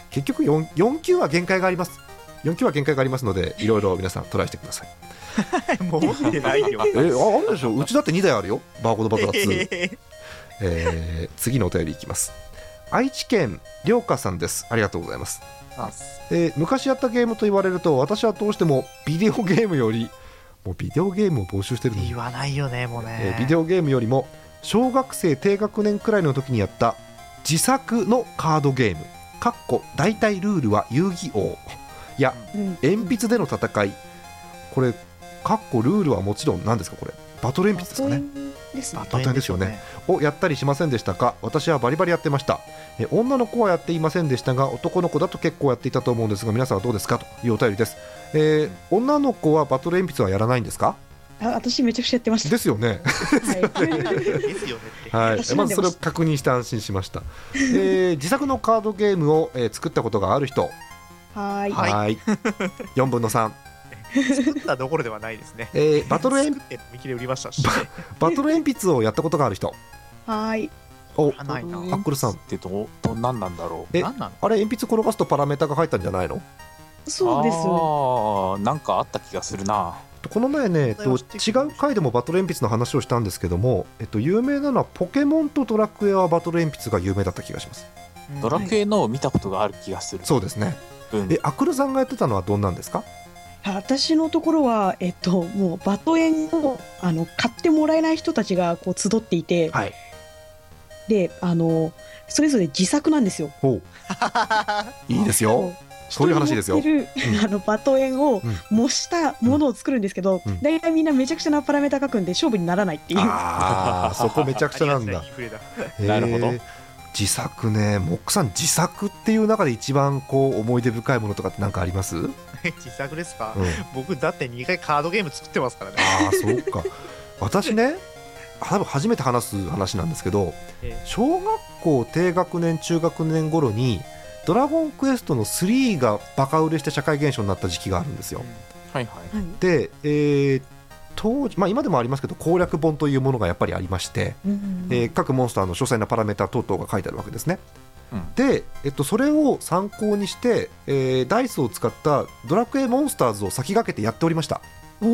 A: 結局 4, 4級は限界があります。よん級は限界がありますので、いろいろ皆さんトライしてください。
G: もう持ってないよ。
A: えああるでしょ、うちだってにだいあるよ、バーコードバトラーツー。えー、次のお便りいきます。愛知県りょうかさんです。ありがとうございます。えー、昔やったゲームと言われると、私はどうしてもビデオゲームよりもうビデオゲームを募集してるのに
G: 言わないよね、もうね、
A: えー、ビデオゲームよりも小学生低学年くらいの時にやった自作のカードゲームかっこ大体ルールは遊戯王や鉛筆での戦い、これかっこルールはもちろん何ですか、これバトル鉛筆ですかね、
D: ですね、
A: バトルですよねをやったりしませんでしたか。私はバリバリやってました。え女の子はやっていませんでしたが、男の子だと結構やっていたと思うんですが、皆さんはどうですかというお便りです。えー、女の子はバトル鉛筆はやらないんですか。
D: あ、私めちゃくちゃやってました。
A: ですよね。
G: ですよねって、
A: はい、まずそれを確認して安心しました。えー、自作のカードゲームを、えー、作ったことがある人。
D: はい
A: はいよんぶんのさん。
G: 作ったどころではないですね。
A: えー、バトル鉛
G: 筆見切れ売りましたし、
A: バ, バトル鉛筆をやったことがある人。
D: はい
A: お、
G: あないな。
A: アックルさん
C: ってどどんなんなんだろう。
A: え、
G: なんなの
A: あれ鉛筆転がすとパラメータが入ったんじゃないの。
D: そうです。
C: ああ、なんかあった気がするな。
A: この前ね、えっと、違う回でもバトル鉛筆の話をしたんですけども、えっと、有名なのはポケモンとドラクエはバトル鉛筆が有名だった気がします。
C: ドラクエのを見たことがある気がする。
A: そうですね、
C: うん、
A: えアクルさんがやってたのはどんなんですか。
D: 私のところは、えっと、もうバトエンをあの買ってもらえない人たちがこう集っていて、
A: はい、
D: であのそれぞれ自作なんですよ。
A: ほういいですよ、そういう話ですよ。
D: 人の持ってる、あのバトエンを模したものを作るんですけど、
A: うん、
D: だいたいみんなめちゃくちゃなパラメータ書くんで勝負にならないっていう。
A: あそこめちゃくちゃなんだ。
C: なるほど。
A: 自作ね、モックさん自作っていう中で一番こう思い出深いものとかって何かあります？
G: 自作ですか、
A: うん、
G: 僕だってにかいカードゲーム作ってますからね。
A: ああそうか。私ね多分初めて話す話なんですけど、小学校低学年中学年頃にドラゴンクエストのスリーがバカ売れして社会現象になった時期があるんですよ、うん、
C: はいはい。
A: で、えー当時まあ、今でもありますけど攻略本というものがやっぱりありまして、うんうん、えー、各モンスターの詳細なパラメータ等々が書いてあるわけですね、うん、で、えっと、それを参考にして、えー、ダイスを使ったドラクエモンスターズを先駆けてやっておりました。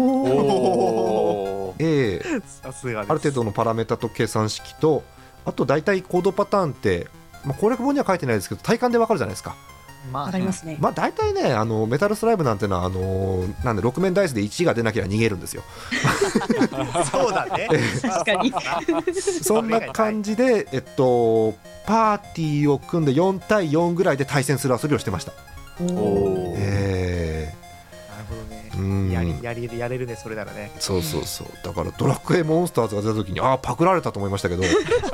A: おー、えー、
G: さすがです。
A: ある程度のパラメータと計算式と、あと大体コードパターンって、まあ、攻略本には書いてないですけど体感でわかるじゃないですか。
D: わかりますね。
A: まあ、大体ね、あのメタルスライムなんてのはあのなんでろく面ダイスでいちが出なきゃ逃げるんですよ。
G: そうだね。
D: 確かに。
A: そんな感じで、えっと、パーティーを組んでよんたいよんぐらいで対戦する遊びをしてました。
G: おー、
A: え
G: ー、なるほどね。
A: うん、
G: やりやりやれるね、それならね。
A: そうそうそう。だからドラクエモンスターズが出た時にああパクられたと思いましたけど。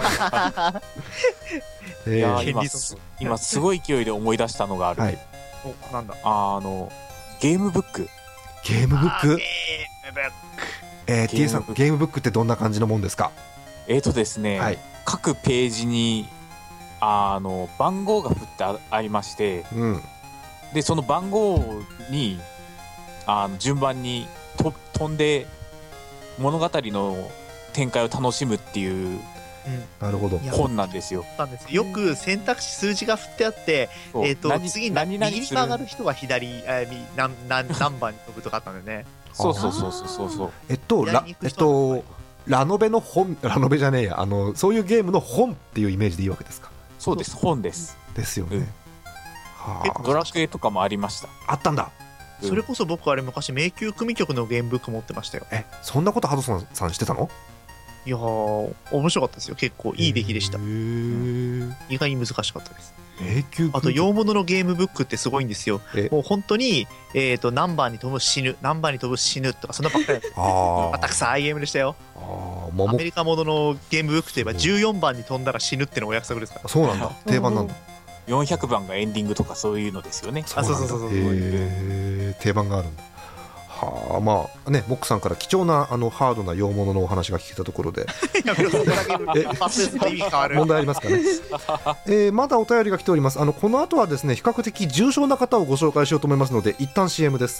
C: えー、いや今, 今すごい勢いで思い出したのがある、はい、
G: おなんだ
C: あのゲームブック
A: ゲームブック
G: ゲームブック、
A: えー、ティーエー さんゲームブックってどんな感じのもんですか。
C: えーとですね、はい、各ページにあの番号が振って あ, ありまして、うん、でその番号にあの順番にと飛んで物語の展開を楽しむっていう
G: うん、
A: なるほど
C: 本なんですよ。
G: よく選択肢数字が振ってあって、えー、と次に右に曲がる人は左、えー、何, 何, 何番に飛ぶとかあったんだよね。
C: そうそうそうそうそう。
A: えっとラえっとラノベの本、ラノベじゃねえや、あのそういうゲームの本っていうイメージでいいわけですか。
C: そうです、本です
A: ですよね、うん、
C: はあ、ドラクエとかもありました。
A: あったんだ。
G: それこそ僕あれ昔迷宮組曲のゲームブック持ってましたよ。
A: えそんなことハドソンさんしてたの。
G: いやー面白かったですよ。結構いい出来でした。意外に難しかったです。あと洋物のゲームブックってすごいんですよ。もう本当に、えー、と何番に飛ぶ死ぬ何番に飛ぶ死ぬとかそんなばっかりだった。あたくさんゲームでしたよ。あアメリカもののゲームブックといえばじゅうよんばんに飛んだら死ぬってのお約束ですから。
A: そうなんだ。定番なんだ。
C: よんひゃくばんがエンディングとかそういうのですよね。
A: あそうそうそうそう。へ定番があるんだ。はあ、まあね、モックさんから貴重なあのハードな洋物のお話が聞けたところで問題ありますかね。えー、まだお便りが来ております。あのこの後はですね比較的重症な方をご紹介しようと思いますので一旦 シーエム です。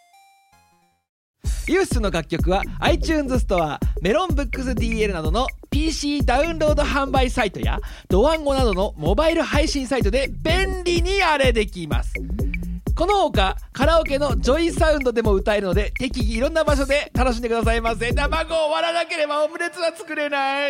H: ユースの楽曲は iTunes ストア、メロンブックス ディーエル などの ピピーシー ダウンロード販売サイトやドワンゴなどのモバイル配信サイトで便利にあれできます。このほかカラオケのジョイサウンドでも歌えるので適宜いろんな場所で楽しんでくださいませ。卵を割らなければオムレツは作れない。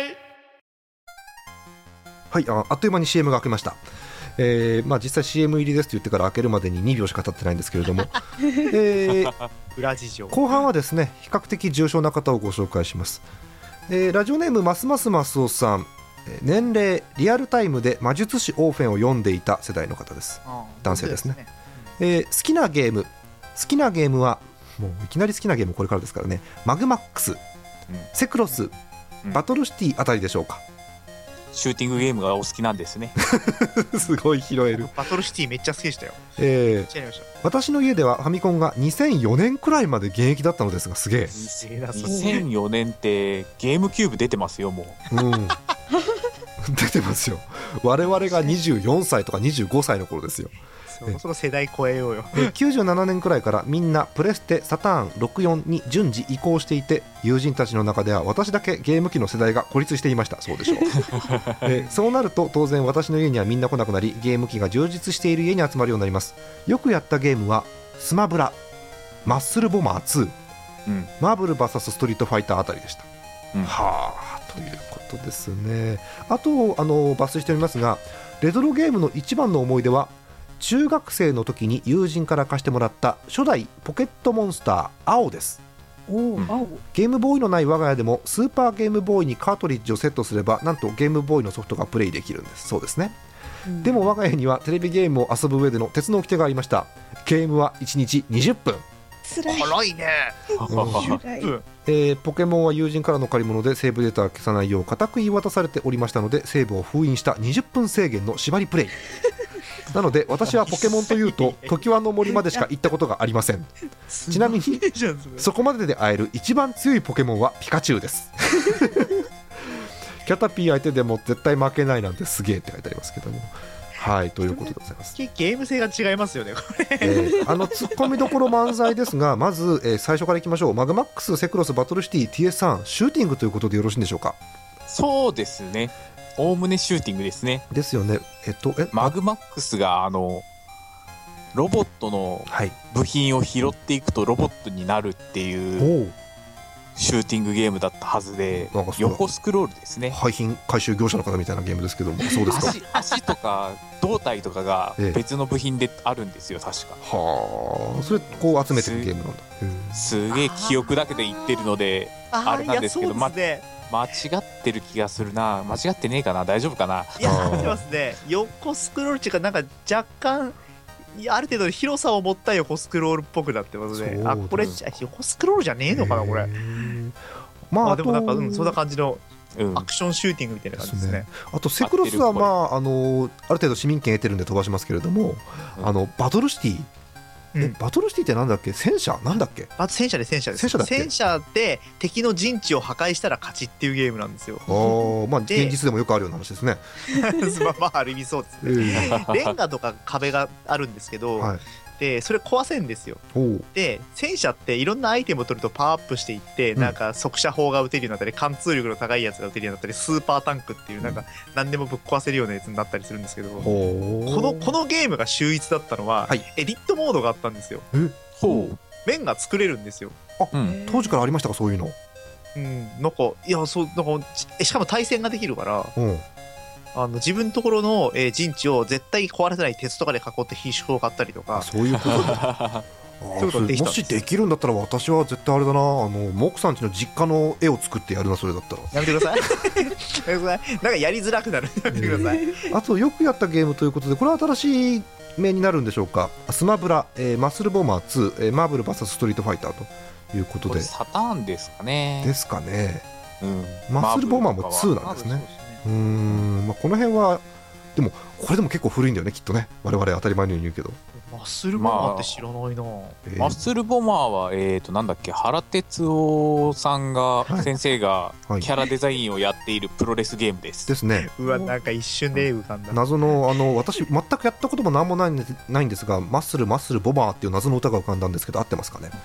A: はい、あ、あっという間に シーエム が開けました。えーまあ、実際 シーエム 入りですと言ってから開けるまでににびょうしか経ってないんですけれども、えー、
G: 裏事情。
A: 後半はですね比較的重症な方をご紹介します。えー、ラジオネームますますますおさん、年齢リアルタイムで魔術師オーフェンを読んでいた世代の方です。男性ですね。えー、好きなゲーム好きなゲームはもういきなり好きなゲームこれからですからね、マグマックス、うん、セクロス、うん、バトルシティあたりでしょうか。
C: シューティングゲームがお好きなんですね。
A: すごい拾える。
G: バトルシティめっちゃ好きでしたよ。
A: えー、私の家ではファミコンがにせんよねんくらいまで現役だったのですが、すげえ。
C: にせんよねんってゲームキューブ出てますよもう。うん、
A: 出てますよ。我々がにじゅうよんさいとかにじゅうごさいの頃ですよ。
G: そろそろ世代超えようよ。
A: きゅうじゅうななねんくらいからみんなプレステサターンろくじゅうよんに順次移行していて、友人たちの中では私だけゲーム機の世代が孤立していました。そうでしょう。えそうなると当然私の家にはみんな来なくなり、ゲーム機が充実している家に集まるようになります。よくやったゲームはスマブラ、マッスルボマーツー、うん、マーブル ブイエス ストリートファイターあたりでした。うん、はあということですね。あとあの抜粋しておりますが、レトロゲームの一番の思い出は中学生の時に友人から貸してもらった初代ポケットモンスター青です。おー、青。ゲームボーイのない我が家でもスーパーゲームボーイにカートリッジをセットすればなんとゲームボーイのソフトがプレイできるんです。そうですね、うん、でも我が家にはテレビゲームを遊ぶ上での鉄の掟がありました。ゲームはいちにちにじゅっぷん。
G: 辛いね、
A: うんえー、ポケモンは友人からの借り物でセーブデータを消さないよう固く言い渡されておりましたので、セーブを封印したにじゅっぷん制限の縛りプレイなので私はポケモンというと常盤の森までしか行ったことがありません。ちなみにそこまでで会える一番強いポケモンはピカチュウですキャタピー相手でも絶対負けないなんてすげえって書いてありますけども、はいということでございます。
G: ゲーム性が違いますよねこれ、
A: えー、あのツッコミどころ満載ですが、まず、えー、最初からいきましょう。マグマックス、セクロス、バトルシティ、ティーエスワン、シューティングということでよろしいんでしょうか。
C: そうですね、おおむねシューティングですね。
A: ですよね。えっとえ
C: マグマックスがあのロボットの部品を拾っていくとロボットになるっていうシューティングゲームだったはずで、横スクロールですね。
A: 廃品回収業者の方みたいなゲームですけども、そうですか。
C: 足, 足とか胴体とかが別の部品であるんですよ、確か。
A: はあ、それこう集めてるゲームなんだ。
C: す, すげえ記憶だけで言ってるのであれなんですけど、ま間違ってる気がするな。間違ってねえかな、大丈夫かな。
G: いや合ってますね。横スクロールっていうか、なんか若干ある程度広さを持った横スクロールっぽくなってますね。あ、これ横スクロールじゃねえのかなこれ。まあ、あでもなんか、うん、そんな感じのアクションシューティングみたいな感じですね。
A: うん、あとセクロスは、まあ、あのある程度市民権得てるんで飛ばしますけれども、うん、あのバトルシティ、うん、えバトルシティってなんだっけ。戦車なんだっけ。
G: あ、戦車で戦車です。
A: 戦車だっけ。
G: 戦車で敵の陣地を破壊したら勝ちっていうゲームなんですよ。
A: あ、まあ、現実でもよくあるような話ですね。
G: まあ、まあある意味そうですね。レンガとか壁があるんですけど、はい、でそれ壊せんですよ。で戦車っていろんなアイテムを取るとパワーアップしていって、うん、なんか速射砲が撃てるようになったり貫通力の高いやつが撃てるようになったりスーパータンクっていうなんか何でもぶっ壊せるようなやつになったりするんですけど、このこのゲームが秀逸だったのは、はい、エディットモードがあったんですよ。ほう面が作れるんですよ。
A: あ、うん、当時からありましたかそういうの。
G: うん、なんかいやそうなんかしかも対戦ができるから、うん、あの自分のところの、えー、陣地を絶対壊れてない鉄とかで囲って必勝を買ったりとか。
A: そういうことだ。そういうことできたんです。もしできるんだったら私は絶対あれだな、あのモクさんちの実家の絵を作ってやるな。それだったら
G: やめてください。やめてください。なんかやりづらくなる。やめてください。
A: あとよくやったゲームということで、これは新しい名になるんでしょうか。スマブラ、えー、マッスルボマーツー、えー、マーブル ブイエス ストリートファイターということで、これ
C: サターンですかね。
A: ですかね、うん、マッスルボマーもツーなんですね。うーん、まあ、この辺はでもこれでも結構古いんだよねきっとね。我々当たり前のように言うけど。
G: マッスルボマーって知らないな、まあ
C: えー、マッスルボマーはえーとなんだっけ、原哲夫さんが、はい、先生がキャラデザインをやっているプロレスゲームです。
A: ですね。
G: うわ、なんか一瞬で浮かんだ。
A: 謎のあの私全くやったこともなんもないんです、ないんですが、マッスルマッスルボマーっていう謎の歌が浮かんだんですけど、合ってますかね。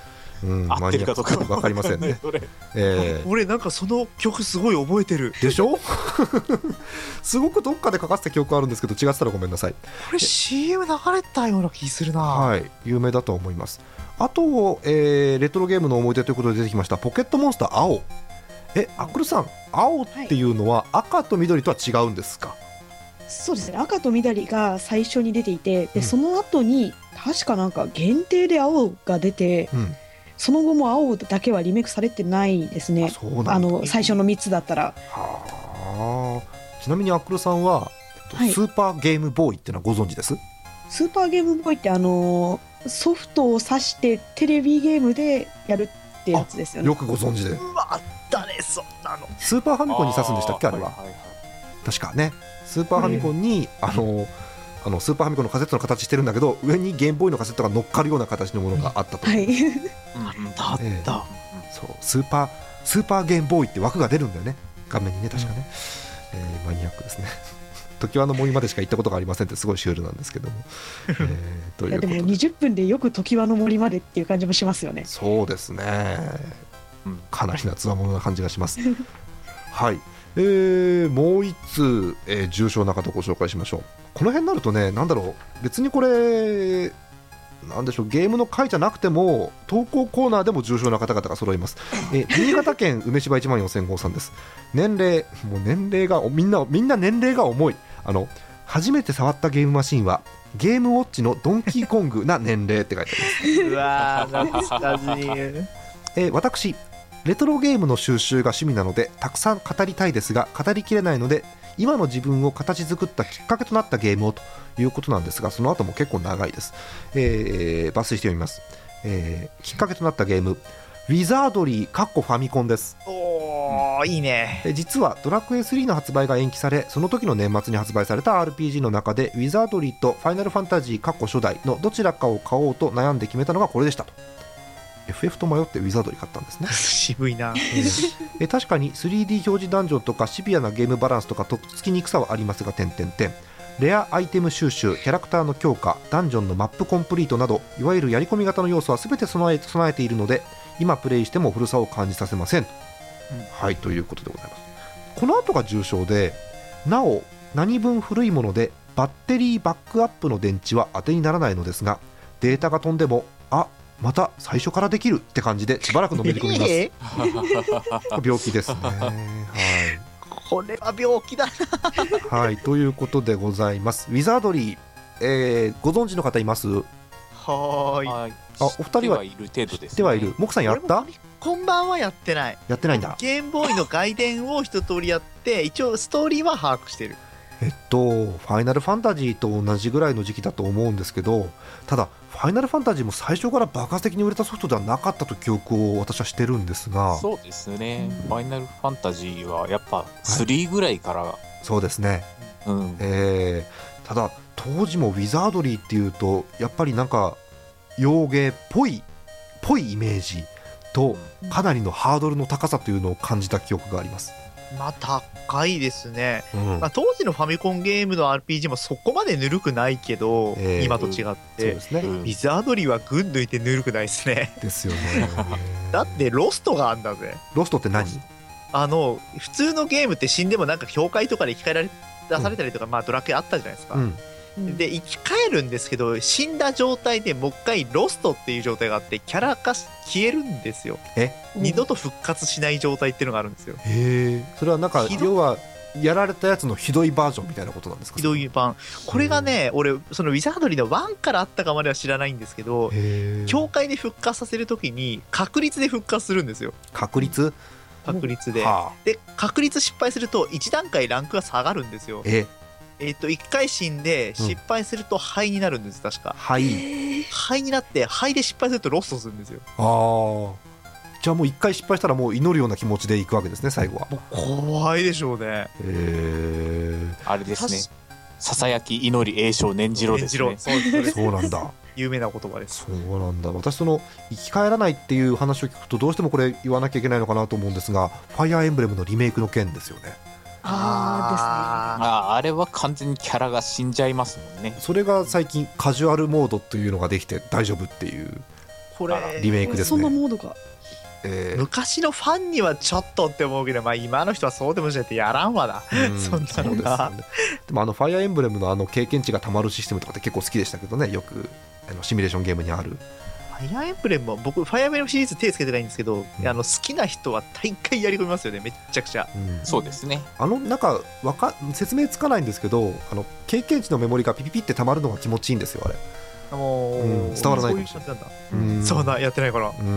A: うん、
C: 合ってるかどうか
A: 分かりませんねえー、
G: 俺なんかその曲すごい覚えてる
A: でしょすごくどっかでかかってた記憶あるんですけど違ってたらごめんなさい。こ
G: れ シーエム 流れたような気するな。
A: はい、有名だと思います。あと、えー、レトロゲームの思い出ということで出てきましたポケットモンスター青。え、アックルさん、青っていうのは赤と緑とは違うんですか？
D: そうですね、赤と緑が最初に出ていて、で、うん、その後に確かなんか限定で青が出て、うん、その後も青だけはリメイクされてないですね。あの最初のみっつだったら。
A: はあ。ちなみにアックルさんは、はい、スーパーゲームボーイってのはご存知です？
D: スーパーゲームボーイってあのソフトを挿してテレビゲームでやるってやつですよね。
A: よくご存知で。
G: うわ、あったね、そんなの。
A: スーパーファミコンに挿すんでしたっけ、あれは、はいはいはい、確かね。スーパーファミコンに、うん、あのあのスーパーファミコンのカセットの形してるんだけど、上にゲームボーイのカセットが乗っかるような形のものがあったと、
D: はい、
G: あった、えー、
A: そうスーパースーパーゲームボーイって枠が出るんだよね、画面にね、確かね、うん、えー、マニアックですね。時はの森までしか行ったことがありませんってすごいシュールなんですけども、えー、ということで、いや
D: でもにじゅっぷんでよく時はの森までっていう感じもしますよね。
A: そうですね、うん、かなりなつわものな感じがしますはい、えー、もう一通、えー、重症な方ご紹介しましょう。この辺になるとね、なんだろう、別にこれなんでしょう、ゲームの回じゃなくても投稿コーナーでも重症な方々が揃います。え新潟県梅芝いちまんよんせんごうさんです。年齢もう年齢がみんなみんな年齢が重い。あの初めて触ったゲームマシンはゲームウォッチのドンキーコングな年齢って書いてあります。
G: うわー懐かしい
A: え私レトロゲームの収集が趣味なのでたくさん語りたいですが語りきれないので、今の自分を形作ったきっかけとなったゲームをということなんですが、その後も結構長いです。えー、抜粋して読みます。えー、きっかけとなったゲームウィザードリーかっこファミコンです。
G: おー、いいね。
A: 実はドラクエスリーの発売が延期され、その時の年末に発売された アールピージー の中でウィザードリーとファイナルファンタジーかっこ初代のどちらかを買おうと悩んで決めたのがこれでしたと。 エフエフ と迷ってウィザードリー買ったんですね
G: 渋いな、
A: えー、え確かに スリーディー 表示ダンジョンとかシビアなゲームバランスとかとっつきにくさはありますが点々点レアアイテム収集、キャラクターの強化、ダンジョンのマップコンプリートなどいわゆるやり込み型の要素は全て備え、備えているので今プレイしても古さを感じさせません、うん、はいということでございます。この後が重症で、なお何分古いものでバッテリーバックアップの電池は当てにならないのですが、データが飛んでもあまた最初からできるって感じでしばらくのめり込みます、えー、病気ですね、はい、
G: これは病気だ
A: なはいということでございます。ウィザードリー、えー、ご存知の方います？
G: はーい、
A: あお二人はい
C: る程度です、ね、
A: 知ってはいる。モクさんやった？
G: こんばんはやってない
A: やってないんだ。
G: ゲームボーイの外伝を一通りやって一応ストーリーは把握してる。
A: えっとファイナルファンタジーと同じぐらいの時期だと思うんですけど、ただファイナルファンタジーも最初から爆発的に売れたソフトではなかったと記憶を私はしてるんですが。
C: そうですね、うん、ファイナルファンタジーはやっぱスリーぐらいから、はい、
A: そうですね、
C: うん
A: えー、ただ当時もウィザードリーっていうとやっぱりなんか洋芸っぽいぽいイメージとかなりのハードルの高さというのを感じた記憶があります。
G: まあ高いですね、
A: うん
G: まあ、当時のファミコンゲームの アールピージー もそこまでぬるくないけど、えー、今と違って、うん、そう
A: ですね、
G: ウィザードリーは群抜いてぬるくないですね
A: ですよね
G: だってロストがあんだぜ。
A: ロストって何？
G: あの普通のゲームって死んでもなんか教会とかで生き返られ出されたりとか、うん、まあドラクエあったじゃないですか、うんで生き返るんですけど死んだ状態でもう一回ロストっていう状態があってキャラ化し消えるんですよ。
A: え
G: 二度と復活しない状態っていうのがあるんですよ。
A: へえ。それはなんか要はやられたやつのひどいバージョンみたいなことなんですか？
G: ひどい版。これがね俺そのウィザードリーのワンからあったかまでは知らないんですけど、教会で復活させるときに確率で復活するんですよ。
A: 確率
G: 確率で、
A: はあ、
G: で確率失敗するといち段階ランクが下がるんですよ。
A: え
G: えー、といっかい死んで失敗すると灰になるんです、うん、確か
A: 灰
G: 灰になって灰で失敗するとロストするんですよ。
A: ああ、じゃあもういっかい失敗したらもう祈るような気持ちでいくわけですね最後は。
G: もう怖いでしょうね。
A: へえ。
C: あれですね、ささやき祈り栄唱念じろですね。
G: そうです
A: そうなんだ
G: 有名な言葉です。
A: そうなんだ。私その生き返らないっていう話を聞くとどうしてもこれ言わなきゃいけないのかなと思うんですが、ファイアーエンブレムのリメイクの件ですよね。
D: あ
C: ああれは完全にキャラが死んじゃいますもんね。
A: それが最近カジュアルモードというのができて大丈夫っていう。
G: これ
A: リメイクですね。
D: そんなモードが、
A: えー、
G: 昔のファンにはちょっとって思うけど、まあ、今の人はそうでもしないってやらんわな、
A: うん
G: そんなの
A: そうですよ
G: が、
A: ね。でもあのファイアーエンブレムのあの経験値がたまるシステムとかって結構好きでしたけどね、よくあのシミュレーションゲームにある。
G: ファイアーエンブレムも僕ファイアーエンブレムシリーズ手つけてないんですけど、
A: うん、
G: あの好きな人は大会やり込みますよね、めっちゃくちゃ。
A: うん、
C: そうですね。
A: あのなんかわか説明つかないんですけど、あの経験値のメモリがピピピってたまるのが気持ちいいんですよあれ。
G: もう、
A: うん、伝わらないかもしれない。
G: そういう感じなんだ、うん、そうなやってないから。
A: うん、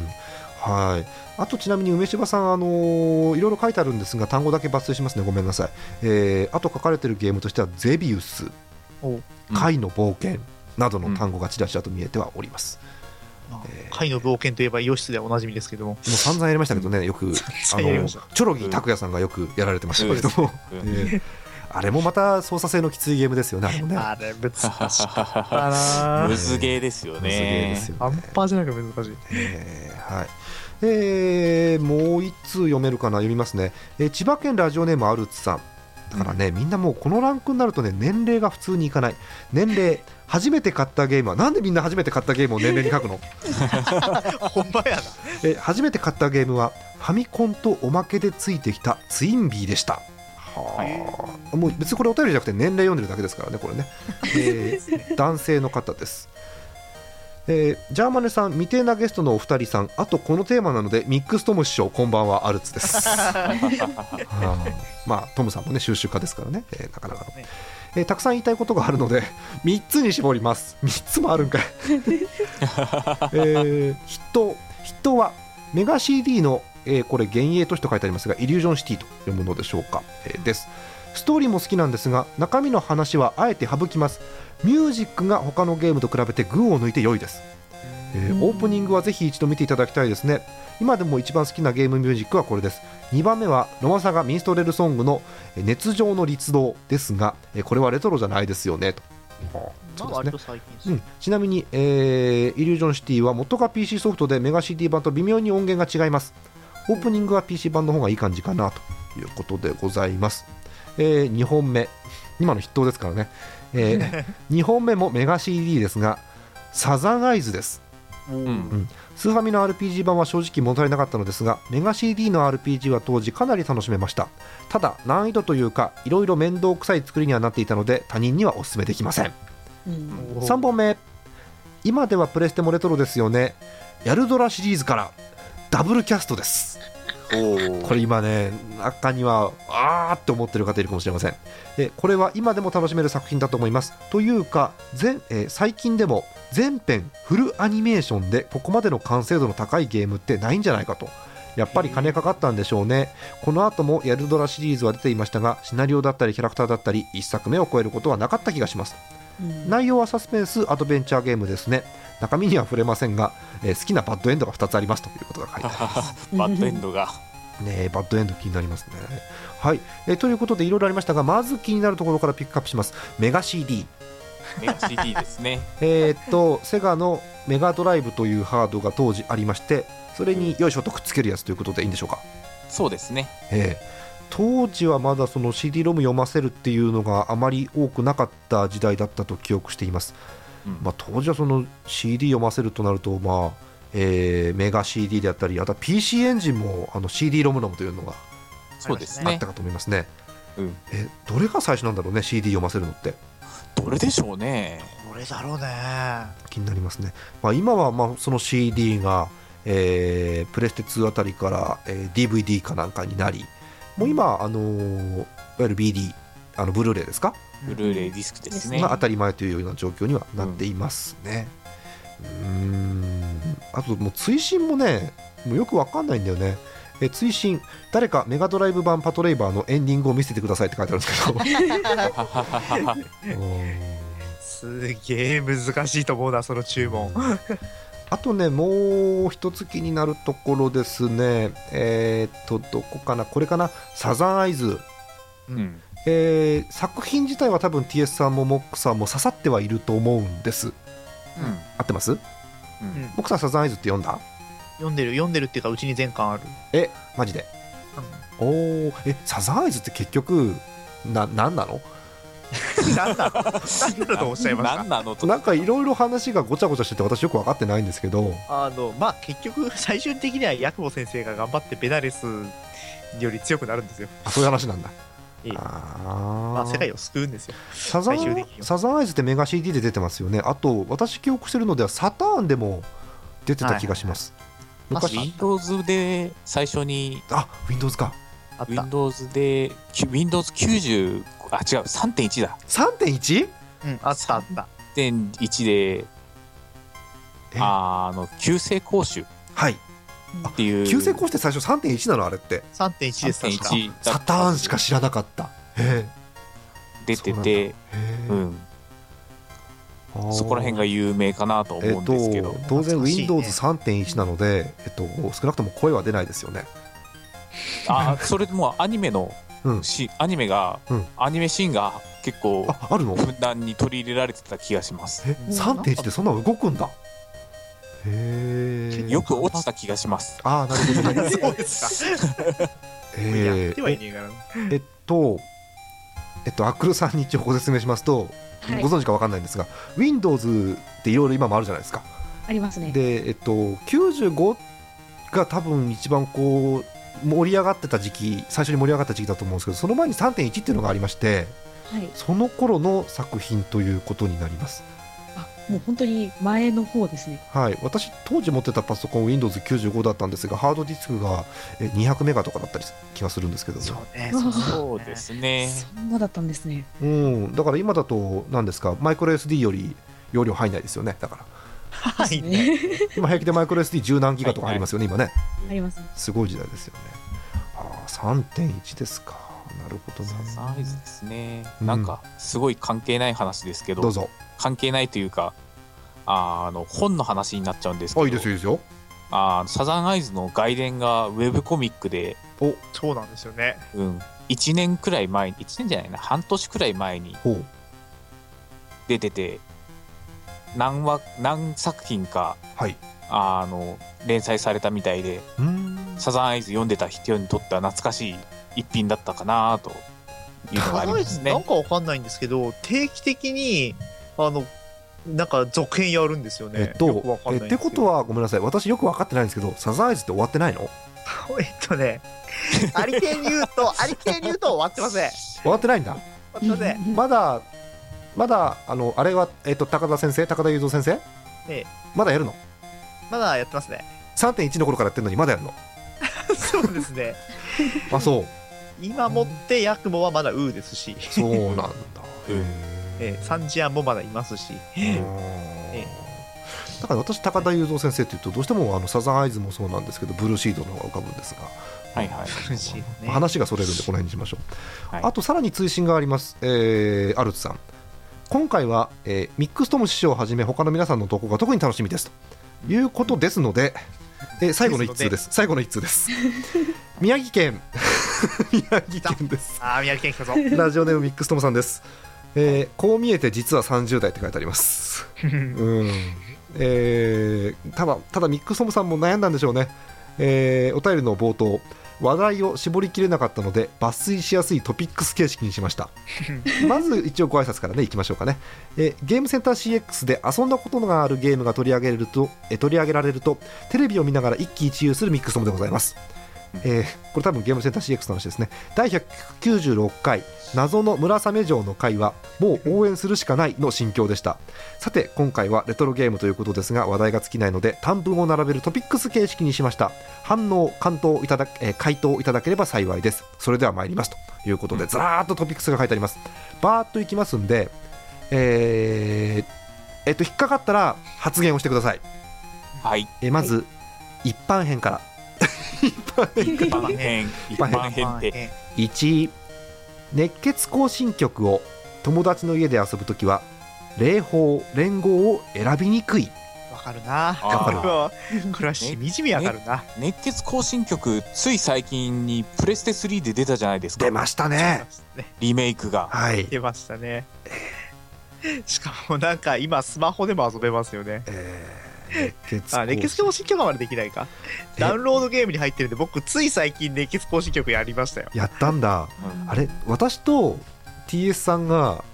A: はい。あとちなみに梅柴さん、あのー、いろいろ書いてあるんですが単語だけ抜粋しますね、ごめんなさい。えー、あと書かれているゲームとしてはゼビウス、貝の冒険などの単語がちらちらと見えてはおります、
G: うんえー、貝の冒険といえばイオシスではおなじみですけども、も
A: う散々やりましたけどね、よくあのチョロギ拓也さんがよくやられてましたけども、うんうんえーあれもまた操作性のきついゲームですよね。あれもね、あれ難しかった
C: な。ムズゲーですよね。
G: 半端じゃなく難しい、
A: えーはいえー、もう一通読めるかな、読みますね、えー、千葉県ラジオネームアルツさんだからね、うん、みんなもうこのランクになるとね年齢が普通にいかない。年齢初めて買ったゲームはなんでみんな初めて買ったゲームを年齢に書くの
G: ほんまやな。
A: えー、初めて買ったゲームはファミコンとおまけでついてきたツインビーでした。はあ、もう別にこれお便りじゃなくて年齢読んでるだけですからねこれね、えー、男性の方です。えー、ジャーマネさん、未定なゲストのお二人さん、あとこのテーマなのでミックストム師匠こんばんは、アルツです、はあ、まあトムさんもね収集家ですからね、えー、なかなかの、えー、たくさん言いたいことがあるのでみっつに絞ります。みっつもあるんかい、えー、筆頭筆頭はメガ シーディー の、えー、これ幻影都市と書いてありますがイリュージョンシティと読むのでしょうか、えー、です。ストーリーも好きなんですが中身の話はあえて省きます。ミュージックが他のゲームと比べて群を抜いて良いです、えー、オープニングはぜひ一度見ていただきたいですね。今でも一番好きなゲームミュージックはこれです。にばんめはロマサガミンストレルソングの熱情の律動ですが、これはレトロじゃないですよねと。そうですね、うん、ちなみに、えー、イリュージョンシティは元が ピーシー ソフトでメガ シーディー 版と微妙に音源が違います。オープニングは ピーシー 版の方がいい感じかなということでございます、えー、にほんめ今の筆頭ですからね、えー、にほんめもメガ シーディー ですがサザンアイズです、うんうん、スーファミの アールピージー 版は正直物足りなかったのですがメガ シーディー の アールピージー は当時かなり楽しめました。ただ難易度というかいろいろ面倒くさい作りにはなっていたので他人にはお勧めできません、うん、さんぼんめ今ではプレステもレトロですよね。ヤルドラシリーズからダブルキャストです。これ今ね中にはあーって思ってる方いるかもしれません。でこれは今でも楽しめる作品だと思います。というか全、えー、最近でも全編フルアニメーションでここまでの完成度の高いゲームってないんじゃないかと。やっぱり金かかったんでしょうね。この後もヤルドラシリーズは出ていましたがシナリオだったりキャラクターだったりいっさくめを超えることはなかった気がします、うん、内容はサスペンスアドベンチャーゲームですね。中身には触れませんが、えー、好きなバッドエンドがふたつありますということが書いてあります
C: バッドエンドが
A: ね、バッドエンド気になりますね。はい、えー、ということでいろいろありましたがまず気になるところからピックアップします。メガ シーディー
C: メガ シーディー ですね
A: えっとセガのメガドライブというハードが当時ありましてそれによいしょとくっつけるやつということでいいんでしょうか。
C: そうですね、
A: えー、当時はまだその シーディー ロム読ませるっていうのがあまり多くなかった時代だったと記憶しています、うんまあ、当時はその シーディー 読ませるとなるとまあえー、メガ シーディー であったりあとは ピーシー エンジンもあの シーディー ロムロムというのが
C: そうですね
A: あったかと思いますね。
C: うん、
A: えどれが最初なんだろうね シーディー 読ませるのって。
C: どれでしょうね。
G: どれだろうね
A: 気になりますね、まあ、今はまあその シーディー が、えー、プレステツーあたりから、えー、ディーブイディー かなんかになりもう今、あのー、いわゆる ビーディー あのブルーレイですか
C: ブルーレイディスクですね
A: が当たり前というような状況にはなっていますね、うん、うーんあともう追伸もねもうよくわかんないんだよね。え追伸誰かメガドライブ版パトレイバーのエンディングを見せてくださいって書いてあるんですけど
G: すげえ難しいと思うなその注文
A: あとねもう一つ気になるところですね。えー、っとどこかなこれかなサザンアイズ、うんえー、作品自体は多分 ティーエス さんもモックさんも刺さってはいると思うんです、うん、合ってます、うん、モックさんサザンアイズって読んだ
G: 読んでる読んでるっていうかうちに全巻ある。
A: えマジで、うん、おーえサザンアイズって結局な何なの
G: 何なの何なのとおっしゃいました。
C: 何なのと
A: なんかいろいろ話がごちゃごちゃしてて私よく分かってないんですけど、
G: あのまあ結局最終的にはヤクモ先生が頑張ってベナレスより強くなるんですよ。
A: あ、そういう話なんだ。
G: ええ、
A: あ、
G: まあ世界を救うんですよ。
A: サザンサザンアイズってメガ シーディー で出てますよね。あと私記憶してるのではサターンでも出てた気がします、
C: はいはいはい、昔 Windows で最初に、
A: あ、Windows か、
G: あった
C: Windows で Windows きゅうじゅう、あ違う さんてんいち だ
A: さんてんいち？
G: うんあったあった
C: さんてんいち であの急性講習
A: はい
C: っていう、
A: 急性講習って最初 さんてんいち なのあれって。
G: さんてんいち です確か。
A: サターンしか知らなかった。へ
C: 出てて、うん、そこら辺が有名かなと思うんですけど、
A: えっと、当然 ウィンドウズさんてんいち なので、えっと、少なくとも声は出ないですよね。
C: あ、それでもアニメの、
A: うん、
C: しアニメが、うん、アニメシーンが結構
A: ああるの
C: ふんだんに取り入れられてた気がします。
A: え さんてんいち ってそんな動くんだ。へえ、
C: よく落ちた気がします。
A: ああ、なるほどね。
G: そうですか。
A: えー、えっとえっとアックルさんに一応ご説明しますと、はい、ご存知か分かんないんですが Windows っていろいろ今もあるじゃないですか。
D: ありますね。
A: で、えっと、きゅうじゅうごが多分一番こう盛り上がってた時期、最初に盛り上がった時期だと思うんですけど、その前に さんてんいち っていうのがありまして、はい、その頃の作品ということになります。
D: あ、もう本当に前の方ですね。
A: はい、私当時持ってたパソコン ウィンドウズきゅうじゅうご だったんですが、ハードディスクがにひゃくメガとかだったり気がするんですけど、
G: そうね、
C: そうですね。
D: そんなだったんですね。
A: うん、だから今だと何ですか、マイクロ エスディー より容量入んないですよね。だから
G: はい、ね、
A: 今平気でマイクロ エスディーじゅう 何ギガとかありますよね、はいはい、今ね。
D: あります、ね、
A: すごい時代ですよね。あ、さんてんいち ですか。なるほどね。
C: サイズですね、うん、なんかすごい関係ない話ですけど、
A: どうぞ。
C: 関係ないというか、あの本の話になっちゃうんですけど、
A: あ、いいですよいいですよ。
C: あサザンアイズの外伝がウェブコミックで、
G: お、そうなんですよね、
C: うん、いちねんくらい前に、いちねんじゃないな、半年くらい前に出てて、何話何作品か、
A: はい、
C: あの連載されたみたいで、
A: うーん、
C: サザンアイズ読んでた人にとっては懐かしい一品だったかなというのがありますね。
G: なんかわかんないんですけど、定期的にあのなんか続編やるんですよね。
A: えっと、えってことはごめんなさい、私よく分かってないんですけど、サザンアイズって終わってないの？
G: えっとね、ありていに言うと、ありていに言うと終わってません。
A: 終わってないんだ。
G: 終わってません。
A: まだまだあのあれは、えっと、高田先生、高田雄三先生、
G: ええ、
A: まだやるの？
G: まだやってますね。
A: さんてんいち の頃からやってるのにまだやるの？
G: そうですね。
A: あ、そう。
G: 今もってヤクモはまだウーですし。
A: そうなんだ。
G: ええ、サンジアンもまだいますし。え
A: え、だから私、高田雄三先生というとどうしてもあのサザンアイズもそうなんですけど、ブルーシードの方が浮かぶんですが、
C: はいはい、
A: ね、話がそれるんでこの辺にしましょう、はい、あとさらに追伸があります、えー、アルツさん、今回は、えー、ミックストム師匠をはじめ他の皆さんの投稿が特に楽しみですということですので、えー、最後の一通です。最後の一通です。宮城県宮城県です。
G: あ、宮城県来たぞ。
A: ラジオネームミックストムさんです。えー、こう見えて実はさんじゅう代って書いてあります。うん、えー、ただただミックストムさんも悩んだんでしょうね。えー、お便りの冒頭、話題を絞りきれなかったので抜粋しやすいトピックス形式にしました。まず一応ご挨拶からねいきましょうかね。えゲームセンター シーエックス で遊んだことがあるゲームが取り上げられるとえ取り上げられるとテレビを見ながら一喜一憂するミックストムでございます。えー、これ多分ゲームセンター シーエックス の話ですね。だいひゃくきゅうじゅうろっかい謎の村雨城の回はもう応援するしかないの心境でした。さて今回はレトロゲームということですが話題が尽きないので短文を並べるトピックス形式にしました。反応回答いただ、えー、回答いただければ幸いです。それでは参りますということでずらーっとトピックスが書いてあります。バーっといきますんで、えーえっと引っかかったら発言をしてください。
C: はい、
A: えー、まず、はい、一般編から
C: 一般編一般編って
A: いち、熱血行進曲を友達の家で遊ぶときは霊峰連合を選びにくい。
G: わかるな。
A: わかる。
G: これはしみじみわかるな。
C: 熱血行進曲つい最近にプレステスリーで出たじゃないですか。
A: 出ましたね。
C: リメイクが、
A: はい、
G: 出ましたね。しかもなんか今スマホでも遊べますよね。えー熱血あ、熱血行進曲はまでできないか。ダウンロードゲームに入ってるんで僕つい最近熱血行進曲やりましたよ。
A: やったんだ、うん、あれ私と ティーエス さんが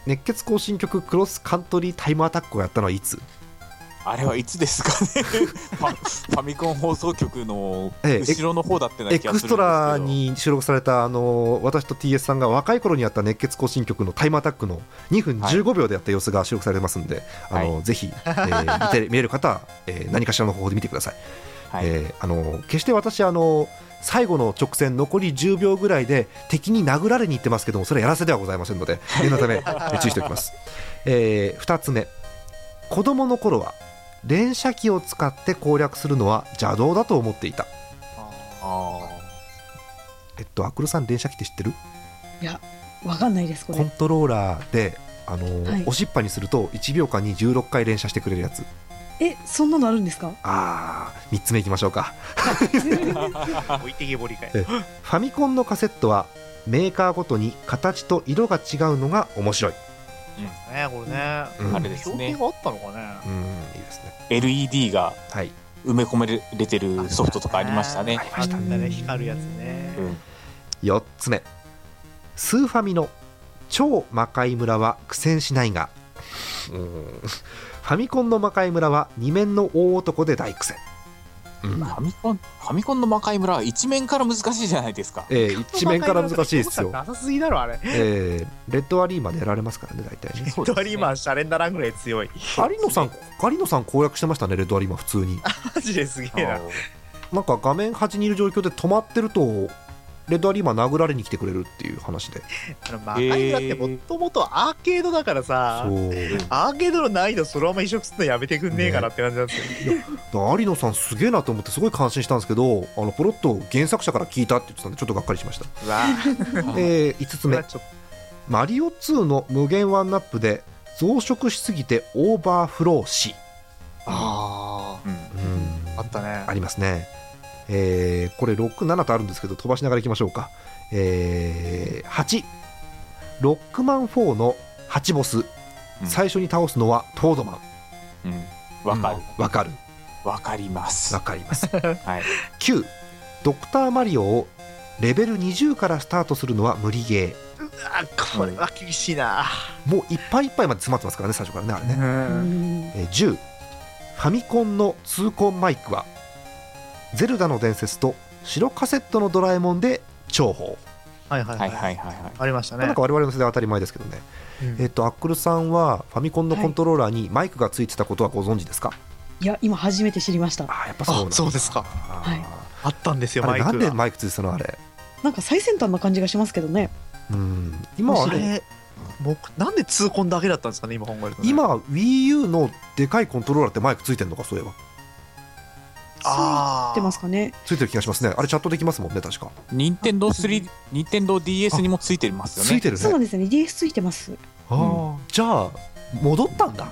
A: 熱血行進曲クロスカントリータイムアタックをやったのはいつ？
C: あれはいつですかねファ、ファミコン放送局の後ろの方だってな気がするんですけど、
A: エクストラに収録されたあの私と ティーエス さんが若い頃にやった熱血行進曲のタイムアタックのにふんじゅうごびょうでやった様子が収録されてますんで、はい、あのぜひ、えー、見て見れる方は、えー、何かしらの方法で見てください、はい、えー、あの決して私あの最後の直線残りじゅうびょうぐらいで敵に殴られに行ってますけども、それはやらせではございませんので念のため注意しておきます、えー、ふたつめ、子供の頃は連射機を使って攻略するのは邪道だと思っていた。あえっとアクルさん、連射機って知ってる？
D: いや、わかんないです。これ
A: コントローラーであのーはい、押しっぱにするといちびょうかんにじゅうろっかい連射してくれるやつ。
D: え、そんなのあるんですか？
A: あー、みっつめいきましょうか
G: 置いてけぼりかい。
A: ファミコンのカセットはメーカーごとに形と色が違うのが面白い。
G: うん、ね、これね、
C: うん、あれですね、
G: 表現があったのかね。
A: うん、いいですね。
C: エルイーディー が埋め込めれてるソフトとかありましたね。
G: ありましたね、光るやつね、
C: うん、
A: よっつめ、スーファミの超魔界村は苦戦しないが、うん、ファミコンの魔界村は二面の大男で大苦戦。うん、
C: ファミコン、ファミコンの魔界村は一面から難しいじゃないですか。
A: えー、一面から難しいですよ。
G: なさすぎだろあれ。
A: えー、レッドアリーマンでやられますからね、大体ね。
G: レッドアリーマンシャレにならんぐらい強い。
A: 有野さん、有野さん攻略してましたね、レッドアリーマン普通に。
G: マジですげえな。
A: なんか画面端にいる状況で止まってるとレッドアリーマン殴られに来てくれるっていう話で、
G: あの魔界村ってもともとアーケードだからさ、そうアーケードの難易度そのまま移植するのやめてくんねえかなって感じなんですよ、ね、
A: 有野さんすげえなと思ってすごい感心したんですけど、あのポロッと原作者から聞いたって言ってたんでちょっとがっかりしました。えー、いつつめ、マリオツーの無限ワンナップで増殖しすぎてオーバーフローし、
G: あー、うん、あったね、
A: ありますね。えー、これろく、ななとあるんですけど飛ばしながらいきましょうか。えー、はち、ロックマンフォーのはちボス、うん、最初に倒すのはトードマン。
C: わ、うん、かる
A: わ、うん、かる
C: わかります
A: わかります、
C: はい、
A: きゅう、ドクターマリオをレベルにじゅうからスタートするのは無理ゲー。
G: うわ、これは厳しいな。
A: もういっぱいいっぱいまで詰まってますからね、最初からね、あれね。えー、じゅう、ファミコンの痛恨マイクはゼルダの伝説と白カセットのドラえもんで重宝。
G: はいはいはいはいはい、ありましたね。
A: なんか我々の世代は当たり前ですけどね、うん、えっとアックルさんはファミコンのコントローラーにマイクがついてたことはご存知ですか？
D: いや、今初めて知りました。
A: あ、やっぱそうなんだ。
G: あ、そうですか。
D: はい、
G: あったんですよ、マイクが。
A: なんでマイクついてたのあれ。
D: なんか最先端な感じがしますけどね。
A: うん、今はあれ
G: 僕なんで痛恨だけだったんですかね、今考えると、ね、
A: 今 WiiU のでかいコントローラーってマイクついてんのか、そういえば。
D: あついてますかね。
A: ついてる気がしますね。あれチャットできますもんね、確か。
C: 任天堂スリー、任天堂 ディーエス にもついてますよね。
A: ついてるね。
D: そうなんですね、 ディーエス ついてます。
A: あ、うん、じゃあ戻ったんだ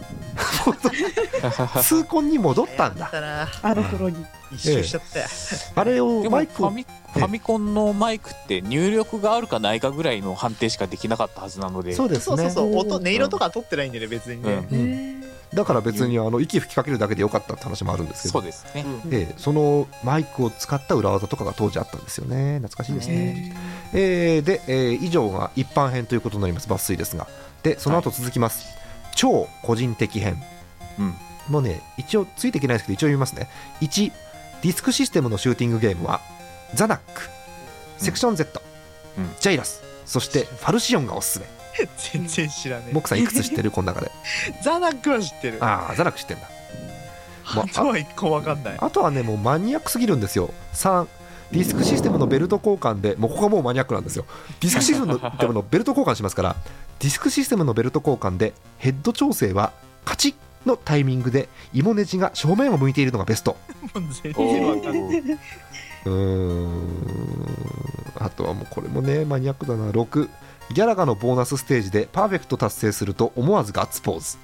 A: 痛恨に戻ったんだ、
D: あの頃に
G: 一周しちゃって、ええ、
A: あれをマイクを
C: ファミ、ファミコンのマイクって入力があるかないかぐらいの判定しかできなかったはずなので。
A: そうですね。
G: そうそうそう、音、音色とか取ってないんでね、別にね、うんうん、
A: だから別にあの息吹きかけるだけでよかったって話もあるんですけど、
C: そうですね、
A: ええ、そのマイクを使った裏技とかが当時あったんですよね。懐かしいですね。えー、で、えー、以上が一般編ということになります。抜粋ですが、でその後続きます、はい、超個人的編、うん、もうね一応ついていけないですけど一応読みますね。いち、ディスクシステムのシューティングゲームはザナック、セクション Z、うん、ジャイラス、そしてファルシオンがおすすめ。
G: 全然知らねえ。
A: モクさんいくつ知ってるこの中で。
G: ザナックは知ってる。
A: ああ、ザナック知ってんだ。
G: あとは一個分かんない。
A: あとはねもうマニアックすぎるんですよ。さん、ディスクシステムのベルト交換で、もうここがもうマニアックなんですよ。ディスクシステム の, のベルト交換しますから、ディスクシステムのベルト交換でヘッド調整はカチッのタイミングで芋ネジが正面を向いているのがベスト。
G: もう全然分かんない。
A: うーん、あとはもうこれもねマニアックだな。ろく、ギャラガのボーナスステージでパーフェクト達成すると思わずガッツポーズ。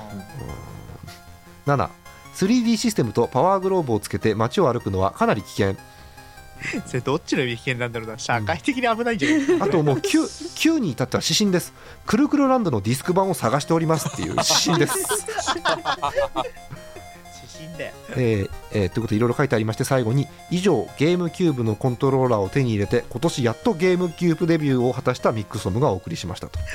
A: なな、スリーディー システムとパワーグローブをつけて街を歩くのはかなり危険。
G: それどっちの意味危険なんだろうな。社会的に危ないんじゃない、うん、
A: あともう 9, 9に至っては指針です。くるくるランドのディスク版を探しておりますっていう指針です。
G: 指死んで、
A: えーえー、ということでいろいろ書いてありまして、最後に以上ゲームキューブのコントローラーを手に入れて今年やっとゲームキューブデビューを果たしたミックソムがお送りしましたと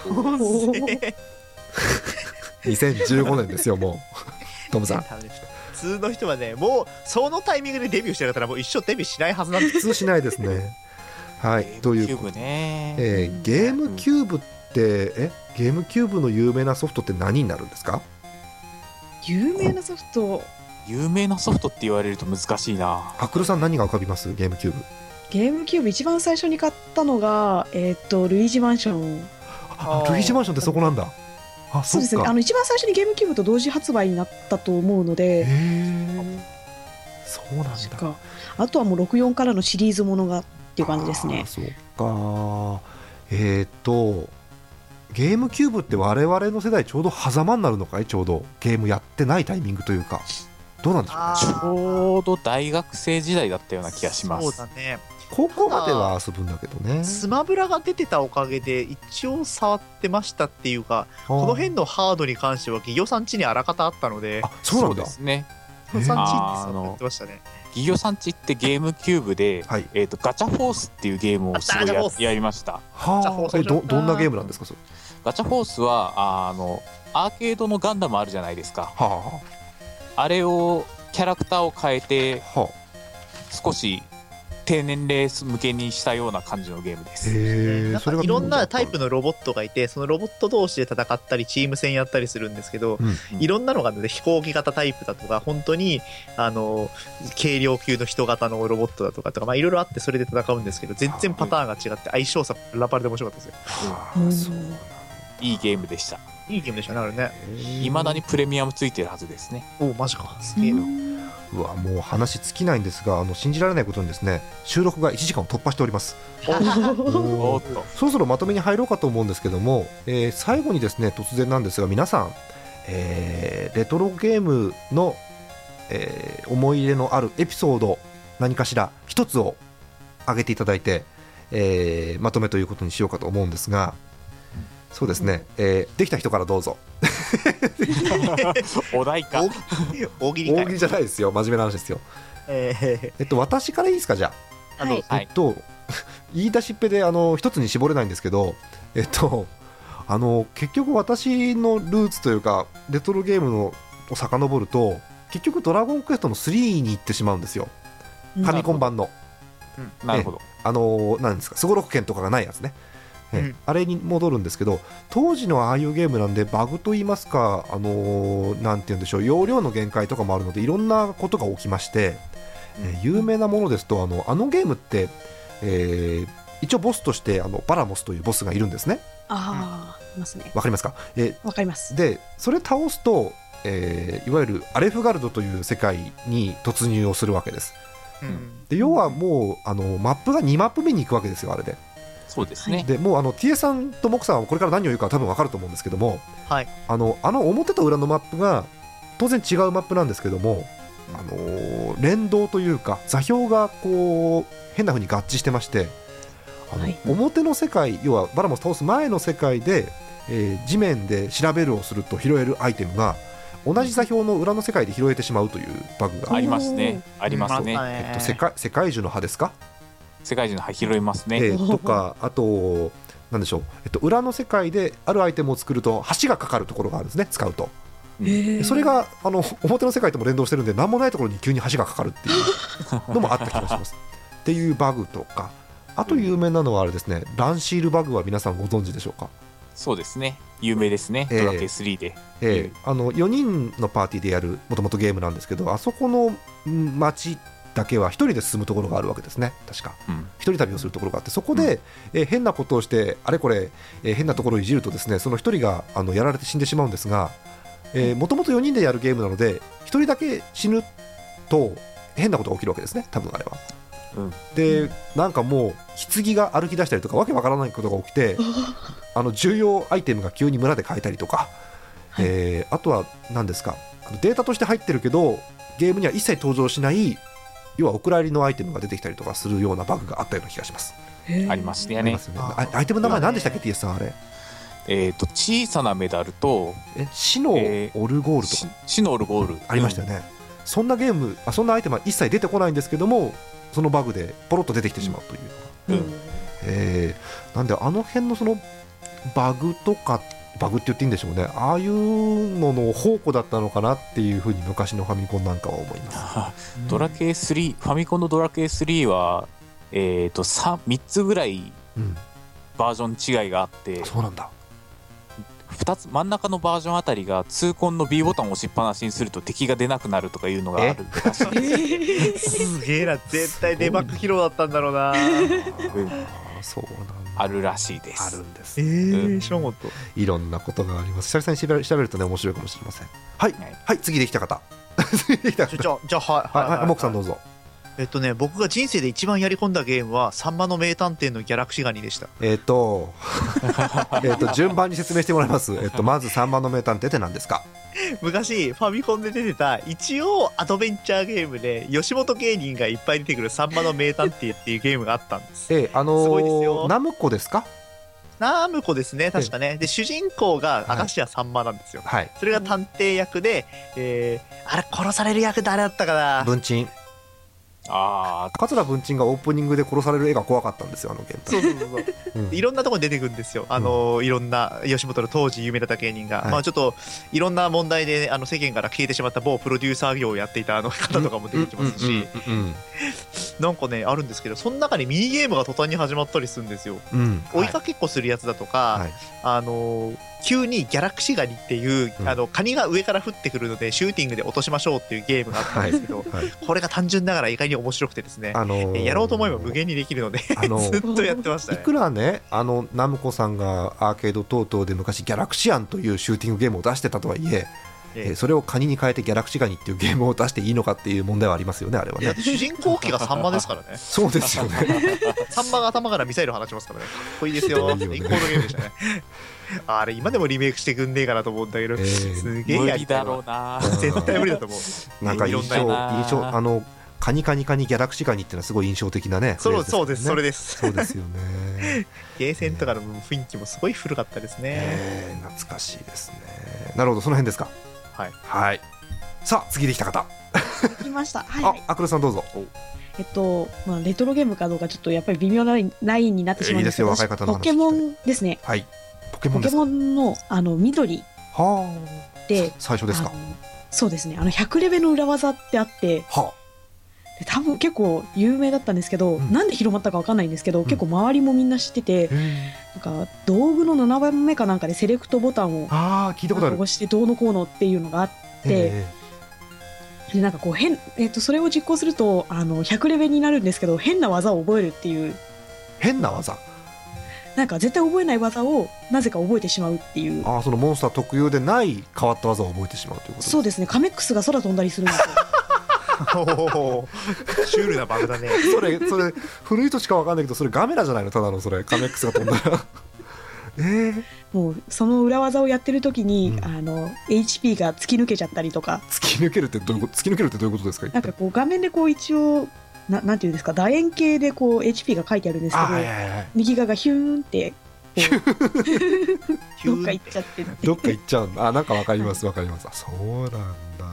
A: にせんじゅうごねんですよもうトムさん。
G: 普通の人はね、もうそのタイミングでデビューしてるからもう一生デビューしないはずなんです。
A: 普通しないですね。はい、という
C: ゲームキューブね、
A: えー、ゲームキューブってえゲームキューブの有名なソフトって何になるんですか？
D: 有名なソフト
C: 有名なソフトって言われると難しいな。
A: アクルさん何が浮かびます？ゲームキューブ。
D: ゲームキューブ一番最初に買ったのが、えー、っとルイージマンション。
A: あ、ルイージマンションってそこなんだ。あ、
D: そうですね。あの一番最初にゲームキューブと同時発売になったと思うので。
A: へー、そうなんだ。
D: あとはもうろくじゅうよんからのシリーズものがっていう感じですね。
A: あ、そうか。えー、っとゲームキューブって我々の世代ちょうど狭間になるのかい？ちょうどゲームやってないタイミングというか、どうなんでしょうね。
C: ちょうど大学生時代だったような気がします。
G: そうだね。
A: 高校までは遊ぶんだけどね。
G: スマブラが出てたおかげで一応触ってましたっていうか、この辺のハードに関しては企業さん家にあらかたあったので。
A: あ、そうなんだ。
C: そうですね。
G: 企業さん家って触ってましたね。
C: 企業さん家ってゲームキューブで、はい、えー、とガチャフォースっていうゲームをすごい や, やりました。
A: はあ、ど, どんなゲームなんですかそれ？
C: ガチャフォースはあのアーケードのガンダムあるじゃないですか。はあ、あれをキャラクターを変えて、はあ、少し低年齢向けにしたような感じのゲームです。
G: へ、なんかいろんなタイプのロボットがいて、そのロボット同士で戦ったりチーム戦やったりするんですけど、うん、いろんなのが、ね、飛行機型タイプだとか本当にあの軽量級の人型のロボットだとかとか、まあ、いろいろあってそれで戦うんですけど、全然パターンが違って相性差ラパルで面白かったですよ。
C: うん、そういいゲームでした。
G: いいゲームでしたね、あれね。
C: いまだにプレミアムついてるはずですね。
G: おお、マジか、すげえな。
A: うわ、もう話尽きないんですが、あの信じられないことにですね、収録がいちじかんを突破しております。おおそろそろまとめに入ろうかと思うんですけども、えー、最後にですね突然なんですが、皆さん、えー、レトロゲームの、えー、思い入れのあるエピソード何かしら一つを挙げていただいて、えー、まとめということにしようかと思うんですが、そうですね、えー、できた人からどうぞ。
C: お題か。
G: 大喜利
A: 大喜利じゃないですよ、真面目な話ですよ。えー、えっと私からいいですか、じゃあ。
D: はい、
A: えっと言い出しっぺであの一つに絞れないんですけど、えっとあの結局私のルーツというかレトロゲームのを遡ると、結局ドラゴンクエストのスリーに行ってしまうんですよ、ファミコン版の。
C: うん、なるほど。
A: あのなんですか、すごろく剣とかがないやつね。うん、あれに戻るんですけど、当時のああいうゲームなんでバグといいますか、あのー、なんて言うんでしょう、容量の限界とかもあるのでいろんなことが起きまして、うん、えー、有名なものですとあの、あのゲームって、えー、一応ボスとしてあのバラモスというボスがいるんですね。
D: ああ、いますね。
A: わかりますか？え
D: ー、わかります。
A: でそれ倒すと、えー、いわゆるアレフガルドという世界に突入をするわけです。うん、で要はもうあのマップがにマップ目に行くわけですよ、あれで。
C: そうですね。
A: でもうあの ティーエス さんとモクさんはこれから何を言うか多分分かると思うんですけども、
G: はい、
A: あのあの表と裏のマップが当然違うマップなんですけども、あのー、連動というか座標がこう変な風に合致してまして、あの、はい、表の世界、要はバラモス倒す前の世界で、えー、地面で調べるをすると拾えるアイテムが同じ座標の裏の世界で拾えてしまうというバグが
C: ありますね。ありますね。
A: えっと、世界世界樹の葉ですか、
C: 世界中の拾いますね、
A: えー、とかあとなんでしょう、えっと、裏の世界であるアイテムを作ると橋がかかるところがあるんですね、使うと。それがあの表の世界とも連動してるんで、何もないところに急に橋がかかるっていうのもあった気がしますっていうバグとか、あと有名なのはあれですね、ランシールバグは皆さんご存知でしょうか？
C: そうですね、有名ですね、ドラケイスリーで、
A: えーえー、あのよにんのパーティーでやるもともとゲームなんですけど、あそこの街だけは一人で進むところがあるわけですね、確か、うん、一人旅をするところがあって、そこで、うん、えー、変なことをしてあれこれ、えー、変なところをいじるとですね、その一人があのやられて死んでしまうんですが、もともとよにんでやるゲームなので一人だけ死ぬと変なことが起きるわけですね、多分あれは、うん、でなんかもう棺が歩き出したりとかわけわからないことが起きてあの重要アイテムが急に村で変えたりとか、はい、えー、あとは何ですか、データとして入ってるけどゲームには一切登場しない要はお蔵入りのアイテムが出てきたりとかするようなバグがあったような気がします。
C: ありますね。
A: ありますよね。アイテムの名前何でしたっけ、 ティーエス さん、あれ。
C: えー、と小さなメダルと
A: え死のオルゴールとか、
C: えー、死のオルゴール
A: ありましたよね、うん、そんなゲームあそんなアイテムは一切出てこないんですけども、そのバグでポロッと出てきてしまうという、うんうんえー、なんであの辺のそのバグとかバグって言っていいんでしょうね、ああいうのの宝庫だったのかなっていうふうに昔のファミコンなんかは思います。
C: ドラケースリー、ファミコンのドラケースリーは、えー、と 3, 3つぐらいバージョン違いがあって、
A: うん、そうなんだ。
C: ふたつ真ん中のバージョンあたりが痛恨の B ボタンを押しっぱなしにすると敵が出なくなるとかいうのがあるらしいです。
G: すげえな、絶対デバッグ疲労だったんだろうな。
A: そうなんだ、
C: あるらしいです。
A: あるんです。
G: えー、知らんかった。
A: いろんなことがあります。久々に調べる、調べるとね面白いかもしれません。はい、はい、はい、次できた方。次できた方。
G: じゃじゃはい、
A: はい、はい、モクさんどうぞ。
G: えっとね、僕が人生で一番やり込んだゲームはサンマの名探偵のギャラクシガニでした。
A: えっとえっと順番に説明してもらいます。えっとまずサンマの名探偵って何ですか？
G: 昔ファミコンで出てた一応アドベンチャーゲームで吉本芸人がいっぱい出てくるサンマの名探偵っていうゲームがあったんです。
A: えー、あのー、すごいですよ。ナムコですか？
G: ナムコですね、確かね。で主人公が明石家さんまなんですよ、
A: はい、
G: それが探偵役で、えー、あれ殺される役誰だったかな。
A: 文鎮。
C: あ
A: 桂文鎮がオープニングで殺される絵が怖かったんですよ、あのゲーム。
G: そうそうそうそう、うん、いろんなところに出てくるんですよ、あの、うん、いろんな吉本の当時有名だった芸人が、はい、まあ、ちょっといろんな問題であの世間から消えてしまった某プロデューサー業をやっていたあの方とかも出てきますし、なんかねあるんですけど、その中にミニゲームが途端に始まったりするんですよ、うん、追いかけっこするやつだとか、はい、あの急にギャラクシガニっていう、うん、あのカニが上から降ってくるのでシューティングで落としましょうっていうゲームがあったんですけど、はいはい、これが単純ながら意外に面白くてですね、あのー、やろうと思えば無限にできるので、あのー、ずっとやってましたね。
A: いくらね、あのナムコさんがアーケード等々で昔ギャラクシアンというシューティングゲームを出してたとはいえ、ええ、それをカニに変えてギャラクシガニっていうゲームを出していいのかっていう問題はありますよね、あれはね。
G: 主人公機がサンマですからね。
A: そうですよね。
G: サンマが頭からミサイル放ちますからね。かっこいいですよ。最高のゲームでしたね。あれ今でもリメイクしてくんねえかなと思うんだけど、えー、すげえやりたい。無理だろうな。絶対無理だと思う。
A: なんか印象、印象、あのカニカニカニギャラクシガニっていうのはすごい印象的なね。
G: そうそうです、それです。
A: そうですよね。
G: ゲーセンとかの雰囲気もすごい古かったですね。
A: えー、懐かしいですね。なるほど、その辺ですか。
G: はい、
A: はい、さあ次できた方。
D: できました。はい、
A: あ、アクロさんどうぞ。
D: えっとまあ、レトロゲームかどうかちょっとやっぱり微妙なラインになってしまうんですけど、
A: いいですよ、若い方の話。
D: ポケモンですね。
A: はい、ポケモンですか。
D: ポケモンのあの緑で
A: 最初ですか。
D: そうですね、あのひゃくレベルの裏技ってあって、はあ、で多分結構有名だったんですけど、うん、なんで広まったか分かんないんですけど、うん、結構周りもみんな知ってて、なんか道具のななばんめかなんかでセレクトボタンを押してどうのこうのっていうのがあって、でなんかこう変、えー、とそれを実行するとあのひゃくレベルになるんですけど、変な技を覚えるっていう。
A: 変な技、
D: なんか絶対覚えない技をなぜか覚えてしまうっていう。
A: あ、そのモンスター特有でない変わった技を覚えてしまうということですか。
D: そうですね、カメックスが空飛んだりするんですよ。
G: おシュールなバグだね。
A: それそれ古いとしか分かんないけど、それガメラじゃないの、ただのそれカメックスが飛んだら。えー、
D: もうその裏技をやってる時に、うん、あの エイチピー が突き抜けちゃったりとか。
A: 突き抜けるってどういうこと？突き抜けるってどういうことですか？
D: なんかこう画面でこう一応ななんていうんですか、楕円形でこう エイチピー が書いてあるんですけど、はいはいはい、右側がヒューンってどっか行っちゃって
A: どっか行っちゃうんだ。あ、なんかわかりますわかります。あ、そうなんだ。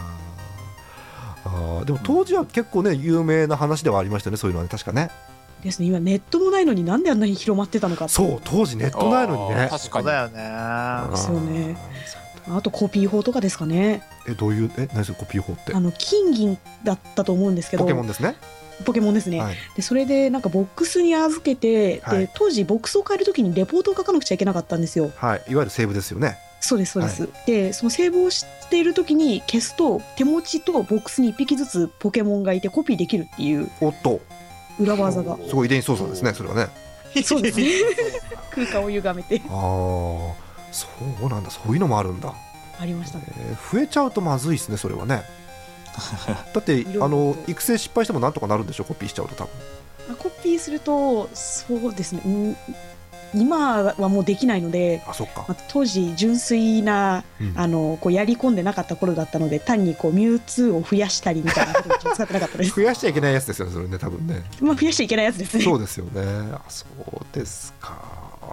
A: あ、でも当時は結構ね有名な話ではありましたね、そういうのはね、確かね。
D: ですね、今ネットもないのになんであんなに広まってたのかって。
A: そう、当時ネットないのにね。
G: 確かにだよね。
D: ですよね。あとコピー法とかですかね。
A: え、どういう、え、何それコピー法って。
D: あの金銀だったと思うんですけど。
A: ポケモンですね。
D: ポケモンですね、はい、でそれでなんかボックスに預けて、はい、で当時ボックスを変えるときにレポートを書かなくちゃいけなかったんですよ。
A: はい、いわゆるセーブですよね。
D: そうですそうです、はい、でそのセーブをしているときに消すと手持ちとボックスにいっぴきずつポケモンがいてコピーできるっていう
A: おっと
D: 裏技が。
A: すごい遺伝子操作ですね、それはね。
D: そうですね。空間を歪めて。
A: ああ、そうなんだ、そういうのもあるんだ。
D: ありましたね、
A: えー、増えちゃうとまずいですね、それはね。だってあの育成失敗してもなんとかなるんでしょ、コピーしちゃうと。多分
D: コピーするとそうですね、今はもうできないので。
A: あ、そっか。
D: まあ、当時純粋な、うん、あのこうやり込んでなかった頃だったので、単にこうミュウツーを増やしたりみたいなことを使ってなかったです。
A: 増やしちゃいけないやつですよね、それね、多分ね。
D: まあ増やしちゃいけないやつですね。
A: そうですよね。あ、そうですか。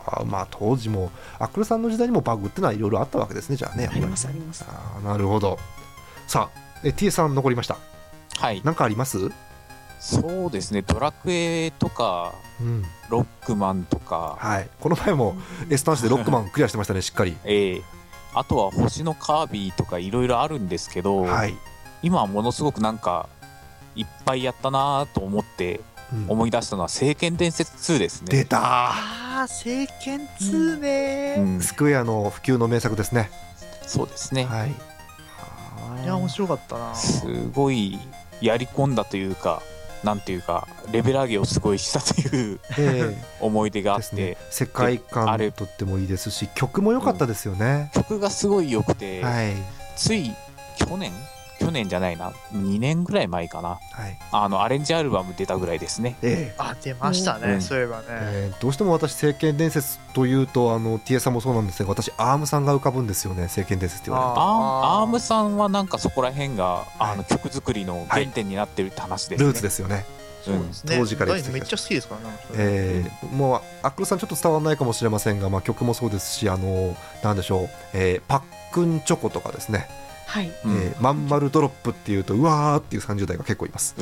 A: あまあ当時もアクルさんの時代にもバグってのはいろいろあったわけですね。じゃあね、
D: ありますあります。
A: あなるほど。さあえ T さん残りました。
C: はい
A: 何かあります？
C: そうですね、ドラクエとか、うん、ロックマンとか、
A: はい、この前も S 端子でロックマンクリアしてましたねしっかり。
C: ええー、あとは星のカービィとかいろいろあるんですけど、はい、今はものすごくなんかいっぱいやったなと思って思い出したのは聖剣伝説ツーですね。
A: 出たー。
G: あー聖剣ツーね、
A: うん、スクエアの普及の名作ですね。
C: そうですね、
A: はい、
G: いや面白かったな。
C: すごいやり込んだというかなんていうかレベル上げをすごいしたという、えー、思い出があって、ね、
A: 世界観とってもいいですし曲も良かったですよね、
C: うん、曲がすごい良くて、
A: はい、
C: つい去年去年じゃないなにねんぐらい前かな、はい、あのアレンジアルバム出たぐらいですね、
G: えー、あ出ましたね、うん、そういえばね、
A: えー、どうしても私聖剣伝説というとあの T A さんもそうなんですが私アームさんが浮かぶんですよね。聖剣伝説って言われると
C: アームさんはなんかそこら辺があの曲作りの原点になってるって話ですね、
A: はい、ルーツですよね。
G: そうですね、当時からめっちゃ好きですからね、
A: えー、もうアックルさんちょっと伝わらないかもしれませんが、まあ、曲もそうですしあのなんでしょう、えー、パックンチョコとかですね、
D: はい
A: えー、まんまるドロップっていうとうわーっていうさんじゅう代が結構います、うん、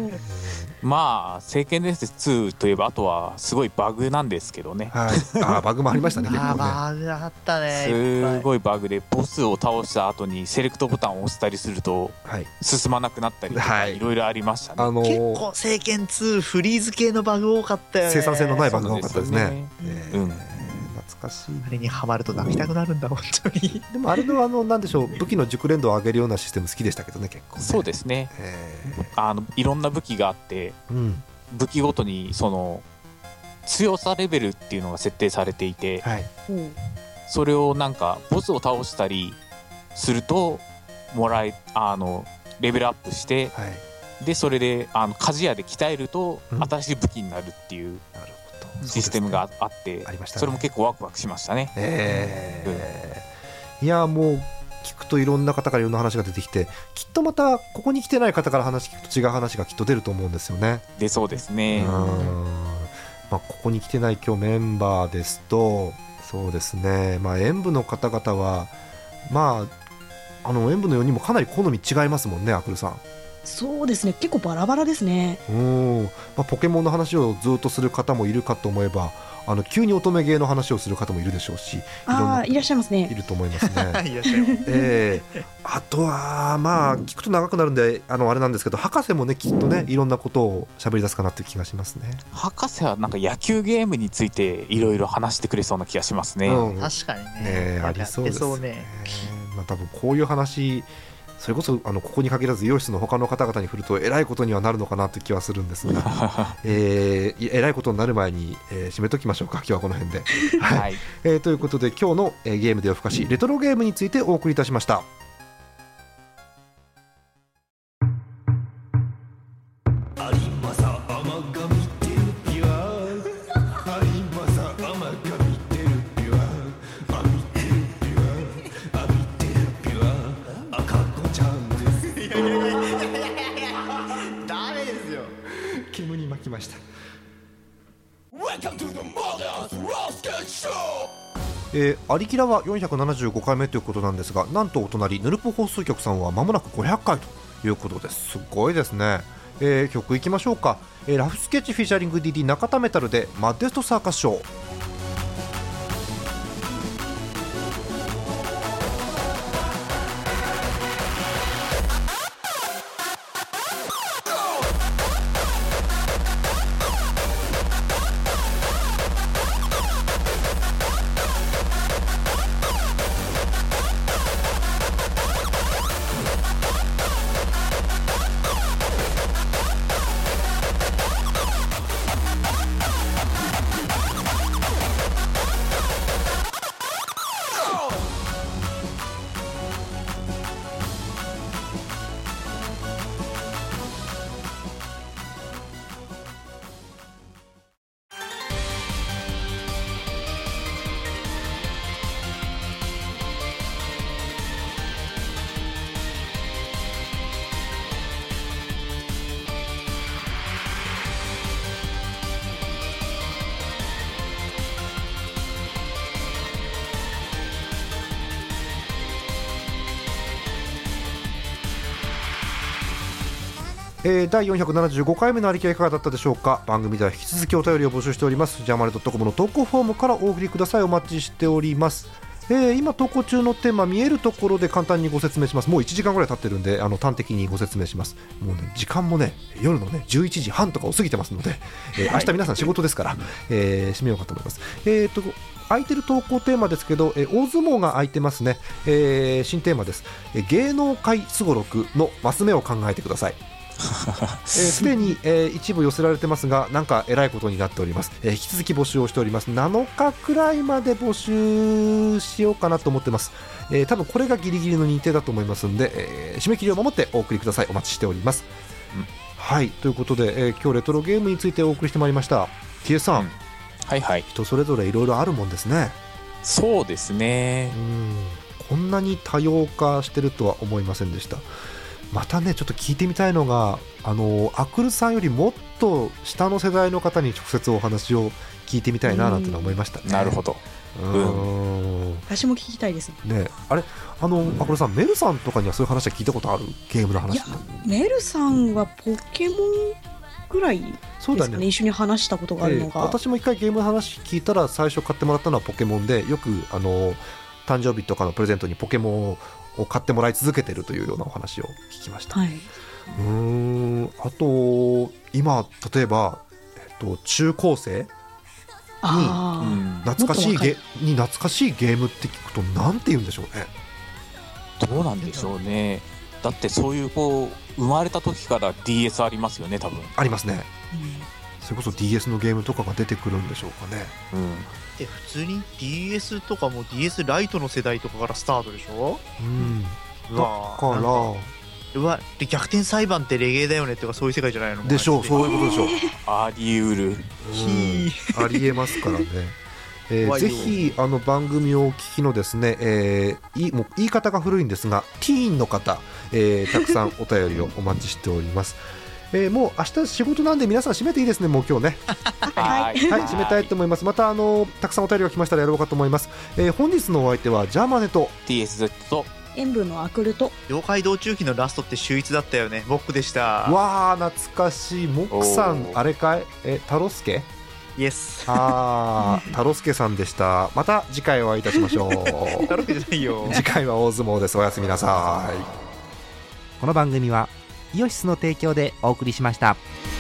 C: まあ聖剣伝説ツーといえばあとはすごいバグなんですけどね、
A: はい、あバグもありましたね結構ね。
G: バグあったね。
C: すごいバグでボスを倒した後にセレクトボタンを押したりすると進まなくなったりとかいろいろありましたね、
A: あのー、
G: 結構聖剣ツーフリーズ系のバグ多かったよね。
A: 生産性のないバグが多かったですね。
C: そうですよね、えーうん
A: 懐かしい。
G: あれにハマると泣きたくなるんだ本当に。
A: でもあれのあのなんでしょう武器の熟練度を上げるようなシステム好きでしたけどね結構ね。
C: そうですね、えー、あのいろんな武器があって、うん、武器ごとにその強さレベルっていうのが設定されていて、はい、それをなんかボスを倒したりするともらえあのレベルアップして、はい、でそれであの鍛冶屋で鍛えると新しい武器になるっていう、うん、なるシステムがあって、ね、それも結構ワクワクしましたね、
A: えーうん、いやもう聞くといろんな方からいろんな話が出てきてきっとまたここに来てない方から話聞くと違う話がきっと出ると思うんですよね。
C: でそうですね、うん、
A: まあ、ここに来てない今日メンバーですとそうですね、まあ、演舞の方々はまああの演舞のようにもかなり好み違いますもんね。アクルさん。
D: そうですね結構バラバラですね。
A: うん、まあ、ポケモンの話をずっとする方もいるかと思えばあの急に乙女芸の話をする方もいるでしょうし、
D: あいらっしゃいますね。
A: いると思いますね。いらっしゃいます、えー、あとはまあ聞くと長くなるんであのあれなんですけど博士もねきっとねいろんなことを喋り出すかなっていう気がしますね。
C: 博士はなんか野球ゲームについていろいろ話してくれそうな気がしますね、
G: うん、確かにね、
A: ねありそうですね。まあ、多分こういう話それこそあのここに限らずイオシスの他の方々に振るとえらいことにはなるのかなという気はするんですが、えー、えらいことになる前に、えー、締めときましょうか今日はこの辺で、はいえー、ということで今日の、えー、ゲームで夜更かしレトロゲームについてお送りいたしました。きました。えー、アリキラはよんひゃくななじゅうごかいめということなんですがなんとお隣ヌルポ放送局さんは間もなくごひゃっかいということですすごいですね、えー、曲いきましょうか、えー、ラフスケッチフィーチャリング ディーディー 中田メタルでマッデストサーカスショー。 えー、だいよんひゃくななじゅうごかいめのありきはいかがだったでしょうか。番組では引き続きお便りを募集しております。ジャーマネドットコムの投稿フォームからお送りください。お待ちしております。えー、今投稿中のテーマ見えるところで簡単にご説明します。もういちじかんぐらい経ってるんであの端的にご説明します。もうね時間もね夜のねじゅういちじはんとかを過ぎてますので、えー、明日皆さん仕事ですから、えー、締めようかと思います。えーと空いてる投稿テーマですけど、えー、大相撲が空いてますね。えー、新テーマです。えー、芸能界すごろくのマス目を考えてください。すで、えー、に、えー、一部寄せられてますがなんかえらいことになっております。えー、引き続き募集をしております。なのかくらいまで募集しようかなと思ってます。えー、多分これがギリギリの認定だと思いますので、えー、締め切りを守ってお送りください。お待ちしております、うん、はいということで、えー、今日レトロゲームについてお送りしてまいりました。 ティーエス さん、うん、
C: はいはい、
A: 人それぞれいろいろあるもんですね。
C: そうですね、
A: うん、こんなに多様化してるとは思いませんでした。またねちょっと聞いてみたいのがあのアクルさんよりもっと下の世代の方に直接お話を聞いてみたいななんての思いましたね。
C: なるほど、
A: うん、
D: 私も聞きたいです
A: ね。あれあのアクルさんメルさんとかにはそういう話は聞いたことある？ゲームの話。いや
D: メルさんはポケモンぐらいですかね。そうだね、一緒に話したことがあるのが、
A: えー、私も一回ゲームの話聞いたら最初買ってもらったのはポケモンで、よくあの誕生日とかのプレゼントにポケモンをを買ってもらい続けているというようなお話を聞きました、はい、うーんあと今例えば、えっと、中高生に懐かしいゲに懐かしいゲームって聞くとなんて言うんでしょうね。
C: どうなんでしょうね。だってそういうこう生まれた時から ディーエス ありますよね。多分
A: ありますね、うん、それこそ ディーエス のゲームとかが出てくるんでしょうかね、うん、
G: で普通に ディーエス とかも ディーエス ライトの世代とかからスタートでしょ、うん、
A: だから
G: うわ逆転裁判ってレゲエだよねとかそういう世界じゃないの
A: でしょう。そういうことでしょう。
C: あり得る、
A: うん、ありえますからね。えー、ぜひあの番組をお聞きのですね、えー、いもう言い方が古いんですがティーンの方、えー、たくさんお便りをお待ちしております。えー、もう明日仕事なんで皆さん締めていいですね。もう今日ねはい、はい、締めたいと思います。またあのたくさんお便りが来ましたらやろうかと思います。えー、本日のお相手はジャーマネと
C: ティーエスゼット と
D: 演舞のアクルと
G: 妖怪道中記のラストって秀逸だったよね。モックでした。
A: わー懐かしい。モックさんあれかいえタロスケ
G: イエス。
A: あータロスケさんでした。また次回お会いいたしましょう。
G: タロスケじゃないよ。
A: 次回は大相撲です。おやすみなさい。
B: この番組はイオシスの提供でお送りしました。